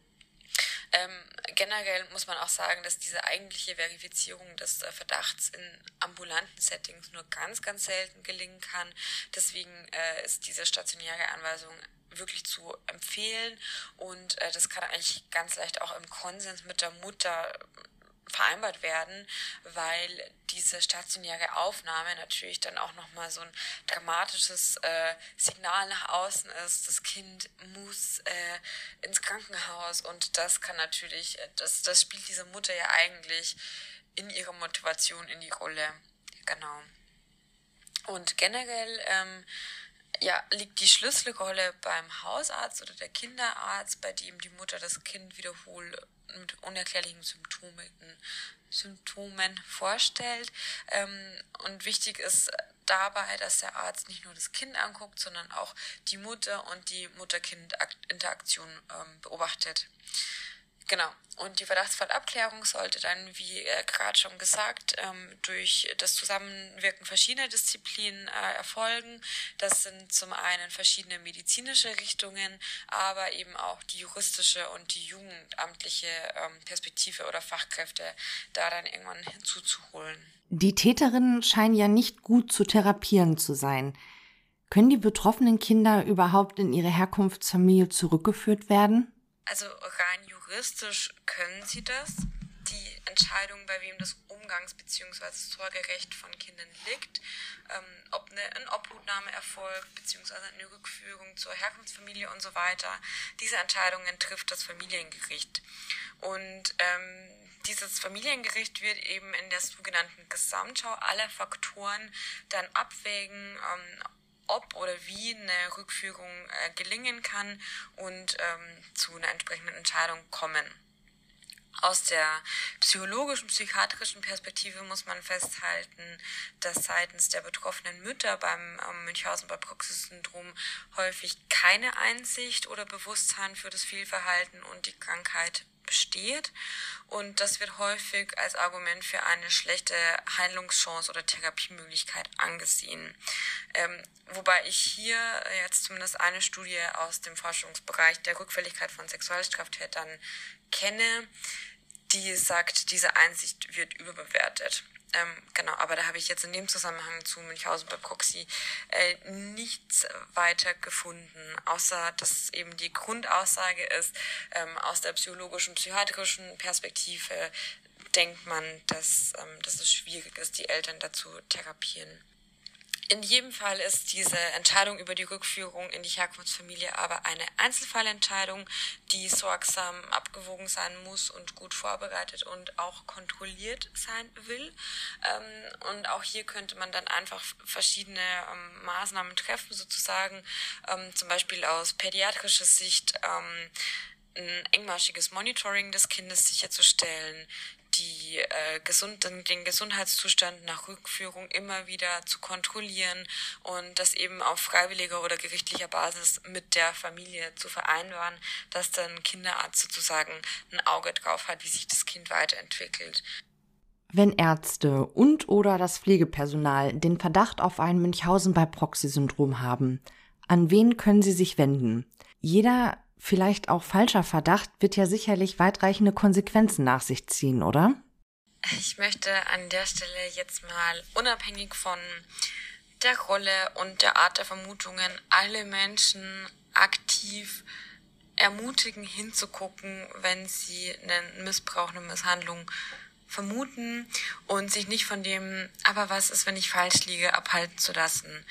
Ähm, generell muss man auch sagen, dass diese eigentliche Verifizierung des äh, Verdachts in ambulanten Settings nur ganz, ganz selten gelingen kann. Deswegen äh, ist diese stationäre Anweisung wirklich zu empfehlen und äh, das kann eigentlich ganz leicht auch im Konsens mit der Mutter vereinbart werden, weil diese stationäre Aufnahme natürlich dann auch nochmal so ein dramatisches äh, Signal nach außen ist. Das Kind muss äh, ins Krankenhaus und das kann natürlich, das, das spielt diese Mutter ja eigentlich in ihrer Motivation in die Rolle. Genau. Und generell ähm, ja, liegt die Schlüsselrolle beim Hausarzt oder der Kinderarzt, bei dem die Mutter das Kind wiederholt mit unerklärlichen Symptomen, Symptomen vorstellt. Ähm, und wichtig ist dabei, dass der Arzt nicht nur das Kind anguckt, sondern auch die Mutter und die Mutter-Kind-Interaktion ähm, beobachtet. Genau. Und die Verdachtsfallabklärung sollte dann, wie äh, gerade schon gesagt, ähm, durch das Zusammenwirken verschiedener Disziplinen äh, erfolgen. Das sind zum einen verschiedene medizinische Richtungen, aber eben auch die juristische und die jugendamtliche ähm, Perspektive oder Fachkräfte da dann irgendwann hinzuzuholen. Die Täterinnen scheinen ja nicht gut zu therapieren zu sein. Können die betroffenen Kinder überhaupt in ihre Herkunftsfamilie zurückgeführt werden? Also rein juristisch können sie das. Die Entscheidung, bei wem das Umgangs- bzw. Sorgerecht von Kindern liegt, ähm, ob eine, eine Obhutnahme erfolgt bzw. eine Rückführung zur Herkunftsfamilie und so weiter, diese Entscheidungen trifft das Familiengericht. Und ähm, dieses Familiengericht wird eben in der sogenannten Gesamtschau aller Faktoren dann abwägen, ähm, ob oder wie eine Rückführung äh, gelingen kann und ähm, zu einer entsprechenden Entscheidung kommen. Aus der psychologischen, psychiatrischen Perspektive muss man festhalten, dass seitens der betroffenen Mütter beim ähm, Münchhausen-bei-Proxy-Syndrom häufig keine Einsicht oder Bewusstsein für das Fehlverhalten und die Krankheit besteht. Und das wird häufig als Argument für eine schlechte Heilungschance oder Therapiemöglichkeit angesehen. Ähm, wobei ich hier jetzt zumindest eine Studie aus dem Forschungsbereich der Rückfälligkeit von Sexualstraftätern kenne, die sagt, diese Einsicht wird überbewertet. Ähm, genau, aber da habe ich jetzt in dem Zusammenhang zu Münchhausen bei Proxy äh, nichts weiter gefunden, außer dass eben die Grundaussage ist, ähm, aus der psychologischen, psychiatrischen Perspektive denkt man, dass, ähm, dass es schwierig ist, die Eltern dazu therapieren. In jedem Fall ist diese Entscheidung über die Rückführung in die Herkunftsfamilie aber eine Einzelfallentscheidung, die sorgsam abgewogen sein muss und gut vorbereitet und auch kontrolliert sein will. Und auch hier könnte man dann einfach verschiedene Maßnahmen treffen, sozusagen, zum Beispiel aus pädiatrischer Sicht ein engmaschiges Monitoring des Kindes sicherzustellen, die äh, gesund, den Gesundheitszustand nach Rückführung immer wieder zu kontrollieren und das eben auf freiwilliger oder gerichtlicher Basis mit der Familie zu vereinbaren, dass dann Kinderarzt sozusagen ein Auge drauf hat, wie sich das Kind weiterentwickelt. Wenn Ärzte und oder das Pflegepersonal den Verdacht auf ein Münchhausen-bei-Proxy-Syndrom haben, an wen können sie sich wenden? Jeder vielleicht auch falscher Verdacht wird ja sicherlich weitreichende Konsequenzen nach sich ziehen, oder? Ich möchte an der Stelle jetzt mal unabhängig von der Rolle und der Art der Vermutungen alle Menschen aktiv ermutigen, hinzugucken, wenn sie einen Missbrauch, eine Misshandlung vermuten und sich nicht von dem, aber was ist, wenn ich falsch liege, abhalten zu lassen.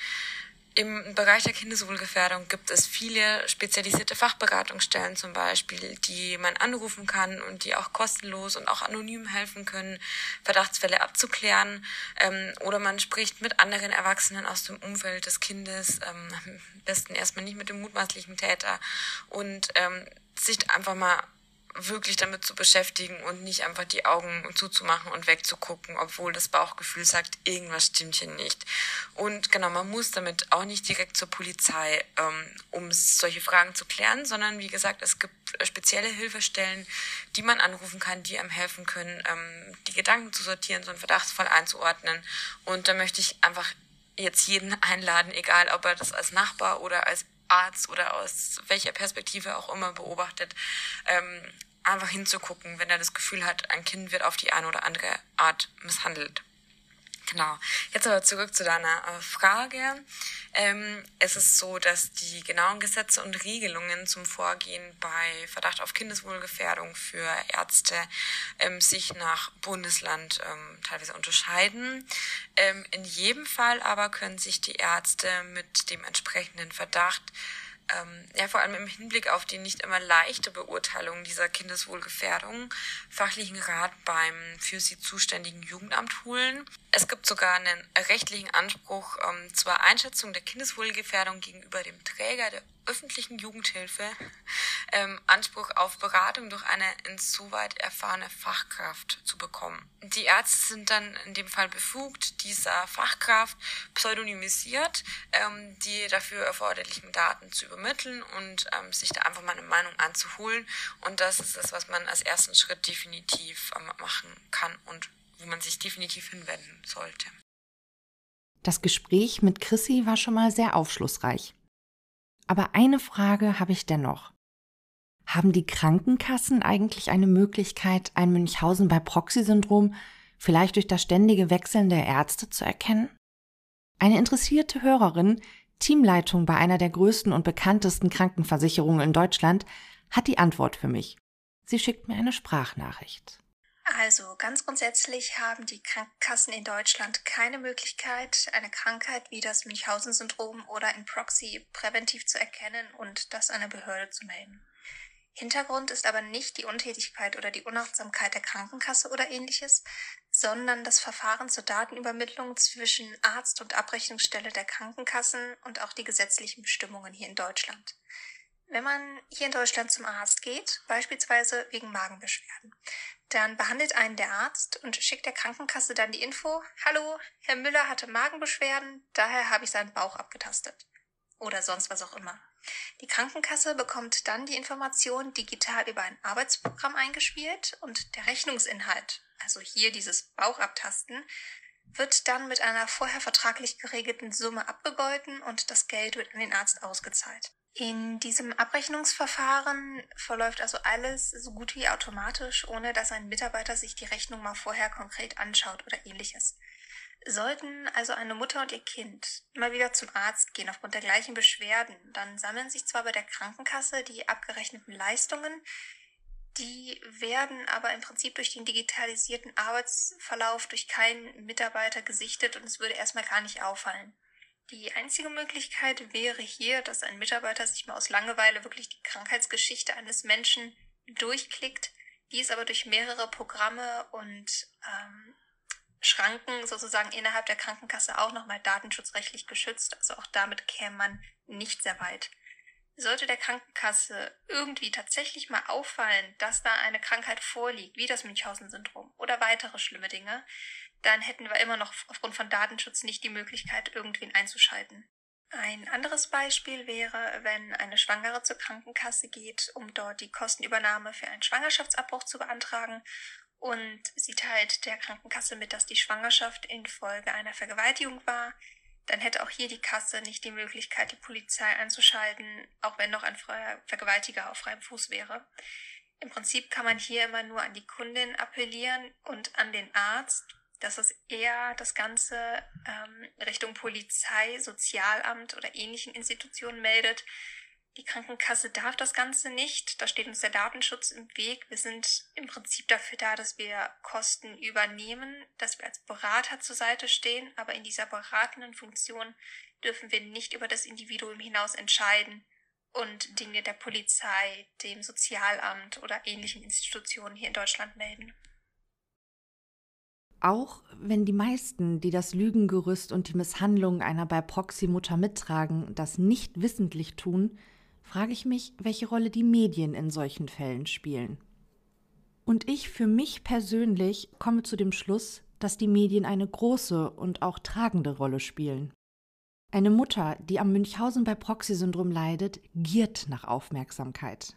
Im Bereich der Kindeswohlgefährdung gibt es viele spezialisierte Fachberatungsstellen zum Beispiel, die man anrufen kann und die auch kostenlos und auch anonym helfen können, Verdachtsfälle abzuklären. Ähm, oder man spricht mit anderen Erwachsenen aus dem Umfeld des Kindes, ähm, am besten erstmal nicht mit dem mutmaßlichen Täter und ähm, sich einfach mal wirklich damit zu beschäftigen und nicht einfach die Augen zuzumachen und wegzugucken, obwohl das Bauchgefühl sagt, irgendwas stimmt hier nicht. Und genau, man muss damit auch nicht direkt zur Polizei, ähm, um solche Fragen zu klären, sondern wie gesagt, es gibt spezielle Hilfestellen, die man anrufen kann, die einem helfen können, ähm, die Gedanken zu sortieren, so einen Verdachtsfall einzuordnen. Und da möchte ich einfach jetzt jeden einladen, egal ob er das als Nachbar oder als Arzt oder aus welcher Perspektive auch immer beobachtet, ähm, einfach hinzugucken, wenn er das Gefühl hat, ein Kind wird auf die eine oder andere Art misshandelt. Genau. Jetzt aber zurück zu deiner äh, Frage. Ähm, es ist so, dass die genauen Gesetze und Regelungen zum Vorgehen bei Verdacht auf Kindeswohlgefährdung für Ärzte ähm, sich nach Bundesland ähm, teilweise unterscheiden. Ähm, in jedem Fall aber können sich die Ärzte mit dem entsprechenden Verdacht Ähm, ja, vor allem im Hinblick auf die nicht immer leichte Beurteilung dieser Kindeswohlgefährdung fachlichen Rat beim für sie zuständigen Jugendamt holen. Es gibt sogar einen rechtlichen Anspruch ähm, zur Einschätzung der Kindeswohlgefährdung gegenüber dem Träger der öffentlichen Jugendhilfe, ähm, Anspruch auf Beratung durch eine insoweit erfahrene Fachkraft zu bekommen. Die Ärzte sind dann in dem Fall befugt, dieser Fachkraft pseudonymisiert ähm, die dafür erforderlichen Daten zu übermitteln und ähm, sich da einfach mal eine Meinung anzuholen. Und das ist das, was man als ersten Schritt definitiv ähm, machen kann und wo man sich definitiv hinwenden sollte. Das Gespräch mit Chrissy war schon mal sehr aufschlussreich. Aber eine Frage habe ich dennoch. Haben die Krankenkassen eigentlich eine Möglichkeit, ein Münchhausen-bei-Proxy-Syndrom vielleicht durch das ständige Wechseln der Ärzte zu erkennen? Eine interessierte Hörerin, Teamleitung bei einer der größten und bekanntesten Krankenversicherungen in Deutschland, hat die Antwort für mich. Sie schickt mir eine Sprachnachricht. Also ganz grundsätzlich haben die Krankenkassen in Deutschland keine Möglichkeit, eine Krankheit wie das Münchhausen-Syndrom oder ein Proxy präventiv zu erkennen und das einer Behörde zu melden. Hintergrund ist aber nicht die Untätigkeit oder die Unachtsamkeit der Krankenkasse oder ähnliches, sondern das Verfahren zur Datenübermittlung zwischen Arzt und Abrechnungsstelle der Krankenkassen und auch die gesetzlichen Bestimmungen hier in Deutschland. Wenn man hier in Deutschland zum Arzt geht, beispielsweise wegen Magenbeschwerden, dann behandelt einen der Arzt und schickt der Krankenkasse dann die Info: Hallo, Herr Müller hatte Magenbeschwerden, daher habe ich seinen Bauch abgetastet. Oder sonst was auch immer. Die Krankenkasse bekommt dann die Information digital über ein Arbeitsprogramm eingespielt und der Rechnungsinhalt, also hier dieses Bauchabtasten, wird dann mit einer vorher vertraglich geregelten Summe abgegolten und das Geld wird an den Arzt ausgezahlt. In diesem Abrechnungsverfahren verläuft also alles so gut wie automatisch, ohne dass ein Mitarbeiter sich die Rechnung mal vorher konkret anschaut oder ähnliches. Sollten also eine Mutter und ihr Kind immer wieder zum Arzt gehen aufgrund der gleichen Beschwerden, dann sammeln sich zwar bei der Krankenkasse die abgerechneten Leistungen, die werden aber im Prinzip durch den digitalisierten Arbeitsverlauf durch keinen Mitarbeiter gesichtet und es würde erstmal gar nicht auffallen. Die einzige Möglichkeit wäre hier, dass ein Mitarbeiter sich mal aus Langeweile wirklich die Krankheitsgeschichte eines Menschen durchklickt, die ist aber durch mehrere Programme und ähm, Schranken sozusagen innerhalb der Krankenkasse auch nochmal datenschutzrechtlich geschützt. Also auch damit käme man nicht sehr weit. Sollte der Krankenkasse irgendwie tatsächlich mal auffallen, dass da eine Krankheit vorliegt, wie das Münchhausen-Syndrom oder weitere schlimme Dinge, dann hätten wir immer noch aufgrund von Datenschutz nicht die Möglichkeit, irgendwen einzuschalten. Ein anderes Beispiel wäre, wenn eine Schwangere zur Krankenkasse geht, um dort die Kostenübernahme für einen Schwangerschaftsabbruch zu beantragen, und sie teilt der Krankenkasse mit, dass die Schwangerschaft infolge einer Vergewaltigung war. Dann hätte auch hier die Kasse nicht die Möglichkeit, die Polizei einzuschalten, auch wenn noch ein freier Vergewaltiger auf freiem Fuß wäre. Im Prinzip kann man hier immer nur an die Kundin appellieren und an den Arzt, dass es eher das Ganze ähm, Richtung Polizei, Sozialamt oder ähnlichen Institutionen meldet. Die Krankenkasse darf das Ganze nicht, da steht uns der Datenschutz im Weg. Wir sind im Prinzip dafür da, dass wir Kosten übernehmen, dass wir als Berater zur Seite stehen, aber in dieser beratenden Funktion dürfen wir nicht über das Individuum hinaus entscheiden und Dinge der Polizei, dem Sozialamt oder ähnlichen Institutionen hier in Deutschland melden. Auch wenn die meisten, die das Lügengerüst und die Misshandlung einer bei Proxy-Mutter mittragen, das nicht wissentlich tun, frage ich mich, welche Rolle die Medien in solchen Fällen spielen. Und ich für mich persönlich komme zu dem Schluss, dass die Medien eine große und auch tragende Rolle spielen. Eine Mutter, die am Münchhausen bei Proxy-Syndrom leidet, giert nach Aufmerksamkeit.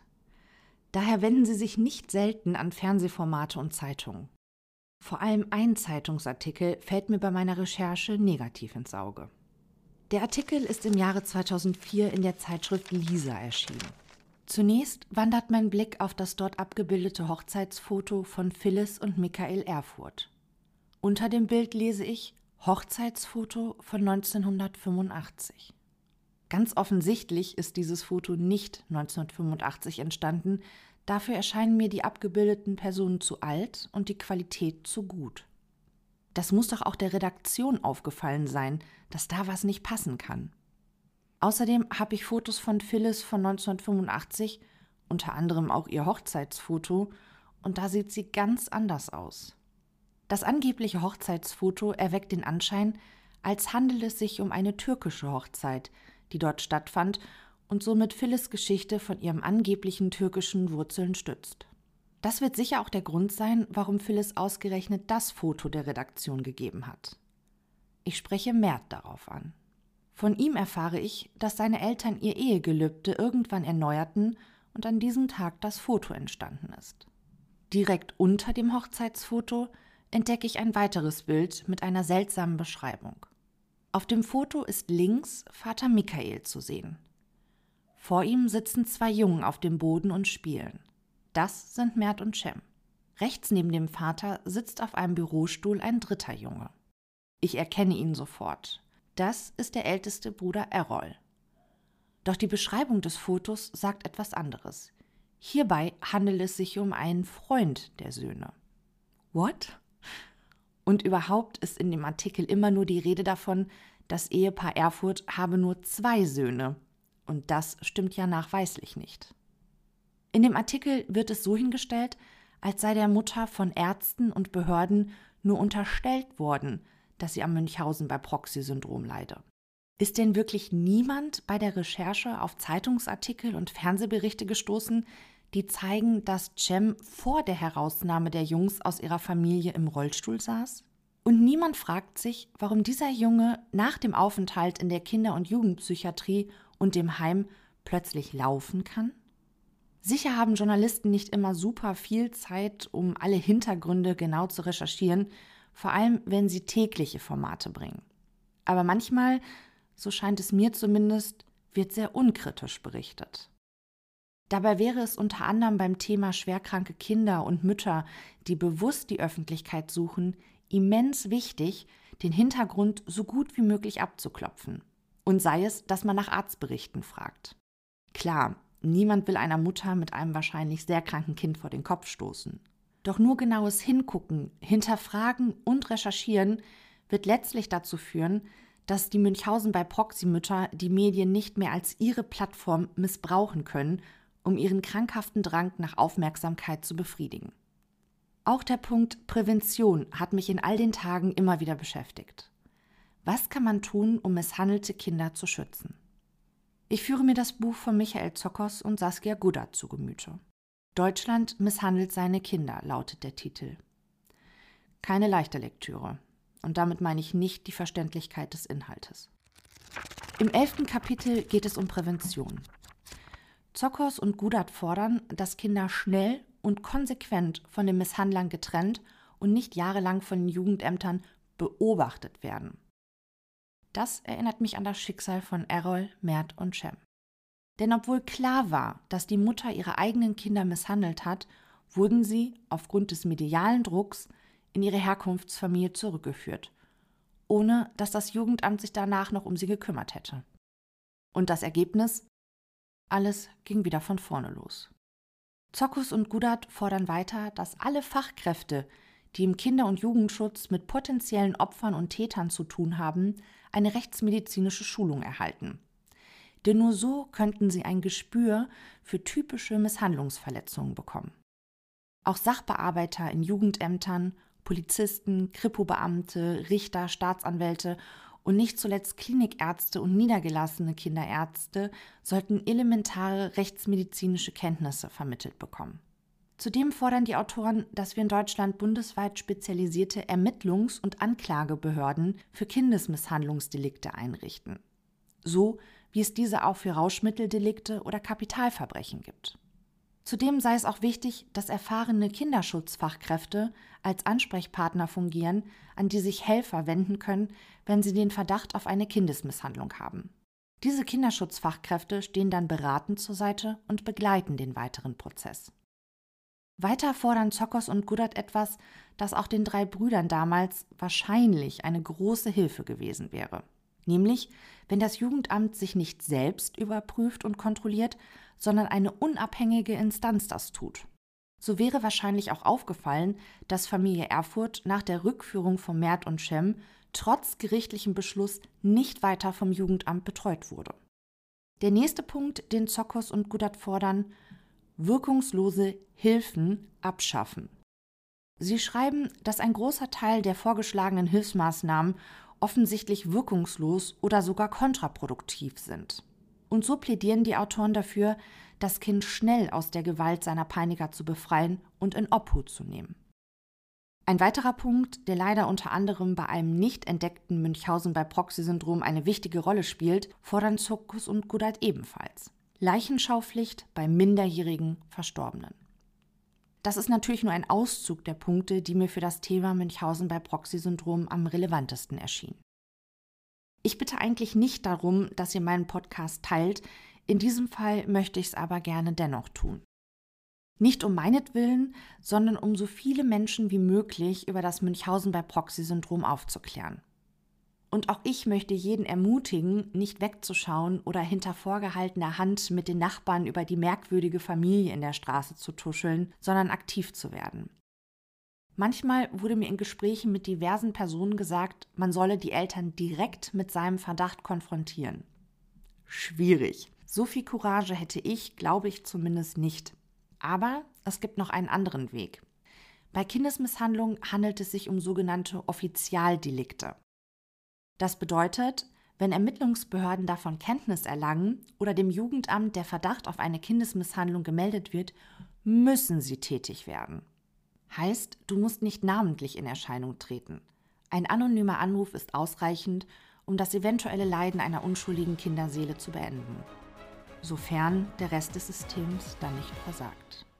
Daher wenden sie sich nicht selten an Fernsehformate und Zeitungen. Vor allem ein Zeitungsartikel fällt mir bei meiner Recherche negativ ins Auge. Der Artikel ist im Jahre zweitausendvier in der Zeitschrift Lisa erschienen. Zunächst wandert mein Blick auf das dort abgebildete Hochzeitsfoto von Phyllis und Michael Erfurth. Unter dem Bild lese ich Hochzeitsfoto von neunzehnhundertfünfundachtzig. Ganz offensichtlich ist dieses Foto nicht neunzehnhundertfünfundachtzig entstanden, dafür erscheinen mir die abgebildeten Personen zu alt und die Qualität zu gut. Das muss doch auch der Redaktion aufgefallen sein, dass da was nicht passen kann. Außerdem habe ich Fotos von Phyllis von neunzehnhundertfünfundachtzig, unter anderem auch ihr Hochzeitsfoto, und da sieht sie ganz anders aus. Das angebliche Hochzeitsfoto erweckt den Anschein, als handele es sich um eine türkische Hochzeit, die dort stattfand und somit Phyllis' Geschichte von ihrem angeblichen türkischen Wurzeln stützt. Das wird sicher auch der Grund sein, warum Phyllis ausgerechnet das Foto der Redaktion gegeben hat. Ich spreche Mert darauf an. Von ihm erfahre ich, dass seine Eltern ihr Ehegelübde irgendwann erneuerten und an diesem Tag das Foto entstanden ist. Direkt unter dem Hochzeitsfoto entdecke ich ein weiteres Bild mit einer seltsamen Beschreibung. Auf dem Foto ist links Vater Michael zu sehen. Vor ihm sitzen zwei Jungen auf dem Boden und spielen. Das sind Mert und Cem. Rechts neben dem Vater sitzt auf einem Bürostuhl ein dritter Junge. Ich erkenne ihn sofort. Das ist der älteste Bruder Errol. Doch die Beschreibung des Fotos sagt etwas anderes. Hierbei handelt es sich um einen Freund der Söhne. What? Und überhaupt ist in dem Artikel immer nur die Rede davon, das Ehepaar Erfurth habe nur zwei Söhne. Und das stimmt ja nachweislich nicht. In dem Artikel wird es so hingestellt, als sei der Mutter von Ärzten und Behörden nur unterstellt worden, dass sie am Münchhausen bei Proxy-Syndrom leide. Ist denn wirklich niemand bei der Recherche auf Zeitungsartikel und Fernsehberichte gestoßen, die zeigen, dass Cem vor der Herausnahme der Jungs aus ihrer Familie im Rollstuhl saß? Und niemand fragt sich, warum dieser Junge nach dem Aufenthalt in der Kinder- und Jugendpsychiatrie und dem Heim plötzlich laufen kann? Sicher haben Journalisten nicht immer super viel Zeit, um alle Hintergründe genau zu recherchieren, vor allem wenn sie tägliche Formate bringen. Aber manchmal, so scheint es mir zumindest, wird sehr unkritisch berichtet. Dabei wäre es unter anderem beim Thema schwerkranke Kinder und Mütter, die bewusst die Öffentlichkeit suchen, immens wichtig, den Hintergrund so gut wie möglich abzuklopfen. Und sei es, dass man nach Arztberichten fragt. Klar, niemand will einer Mutter mit einem wahrscheinlich sehr kranken Kind vor den Kopf stoßen. Doch nur genaues Hingucken, Hinterfragen und Recherchieren wird letztlich dazu führen, dass die Münchhausen bei Proxy-Mütter die Medien nicht mehr als ihre Plattform missbrauchen können, um ihren krankhaften Drang nach Aufmerksamkeit zu befriedigen. Auch der Punkt Prävention hat mich in all den Tagen immer wieder beschäftigt. Was kann man tun, um misshandelte Kinder zu schützen? Ich führe mir das Buch von Michael Zockers und Saskia Gudert zu Gemüte. Deutschland misshandelt seine Kinder, lautet der Titel. Keine leichte Lektüre. Und damit meine ich nicht die Verständlichkeit des Inhaltes. Im elften Kapitel geht es um Prävention. Zockers und Gudert fordern, dass Kinder schnell und konsequent von den Misshandlern getrennt und nicht jahrelang von den Jugendämtern beobachtet werden. Das erinnert mich an das Schicksal von Errol, Mert und Cem. Denn obwohl klar war, dass die Mutter ihre eigenen Kinder misshandelt hat, wurden sie aufgrund des medialen Drucks in ihre Herkunftsfamilie zurückgeführt, ohne dass das Jugendamt sich danach noch um sie gekümmert hätte. Und das Ergebnis? Alles ging wieder von vorne los. Zockers und Gudert fordern weiter, dass alle Fachkräfte, die im Kinder- und Jugendschutz mit potenziellen Opfern und Tätern zu tun haben, eine rechtsmedizinische Schulung erhalten. Denn nur so könnten sie ein Gespür für typische Misshandlungsverletzungen bekommen. Auch Sachbearbeiter in Jugendämtern, Polizisten, Kripo-Beamte, Richter, Staatsanwälte und nicht zuletzt Klinikärzte und niedergelassene Kinderärzte sollten elementare rechtsmedizinische Kenntnisse vermittelt bekommen. Zudem fordern die Autoren, dass wir in Deutschland bundesweit spezialisierte Ermittlungs- und Anklagebehörden für Kindesmisshandlungsdelikte einrichten. So wie es diese auch für Rauschmitteldelikte oder Kapitalverbrechen gibt. Zudem sei es auch wichtig, dass erfahrene Kinderschutzfachkräfte als Ansprechpartner fungieren, an die sich Helfer wenden können, wenn sie den Verdacht auf eine Kindesmisshandlung haben. Diese Kinderschutzfachkräfte stehen dann beratend zur Seite und begleiten den weiteren Prozess. Weiter fordern Zockers und Gudert etwas, das auch den drei Brüdern damals wahrscheinlich eine große Hilfe gewesen wäre. Nämlich, wenn das Jugendamt sich nicht selbst überprüft und kontrolliert, sondern eine unabhängige Instanz das tut. So wäre wahrscheinlich auch aufgefallen, dass Familie Erfurth nach der Rückführung von Mert und Cem trotz gerichtlichem Beschluss nicht weiter vom Jugendamt betreut wurde. Der nächste Punkt, den Zockers und Gudert fordern: wirkungslose Hilfen abschaffen. Sie schreiben, dass ein großer Teil der vorgeschlagenen Hilfsmaßnahmen offensichtlich wirkungslos oder sogar kontraproduktiv sind. Und so plädieren die Autoren dafür, das Kind schnell aus der Gewalt seiner Peiniger zu befreien und in Obhut zu nehmen. Ein weiterer Punkt, der leider unter anderem bei einem nicht entdeckten Münchhausen bei Proxy-Syndrom eine wichtige Rolle spielt, fordern Zockers und Gudert ebenfalls: Leichenschaupflicht bei minderjährigen Verstorbenen. Das ist natürlich nur ein Auszug der Punkte, die mir für das Thema Münchhausen bei Proxy-Syndrom am relevantesten erschienen. Ich bitte eigentlich nicht darum, dass ihr meinen Podcast teilt, in diesem Fall möchte ich es aber gerne dennoch tun. Nicht um meinetwillen, sondern um so viele Menschen wie möglich über das Münchhausen bei Proxy-Syndrom aufzuklären. Und auch ich möchte jeden ermutigen, nicht wegzuschauen oder hinter vorgehaltener Hand mit den Nachbarn über die merkwürdige Familie in der Straße zu tuscheln, sondern aktiv zu werden. Manchmal wurde mir in Gesprächen mit diversen Personen gesagt, man solle die Eltern direkt mit seinem Verdacht konfrontieren. Schwierig. So viel Courage hätte ich, glaube ich zumindest nicht. Aber es gibt noch einen anderen Weg. Bei Kindesmisshandlung handelt es sich um sogenannte Offizialdelikte. Das bedeutet, wenn Ermittlungsbehörden davon Kenntnis erlangen oder dem Jugendamt der Verdacht auf eine Kindesmisshandlung gemeldet wird, müssen sie tätig werden. Heißt, du musst nicht namentlich in Erscheinung treten. Ein anonymer Anruf ist ausreichend, um das eventuelle Leiden einer unschuldigen Kinderseele zu beenden. Sofern der Rest des Systems dann nicht versagt.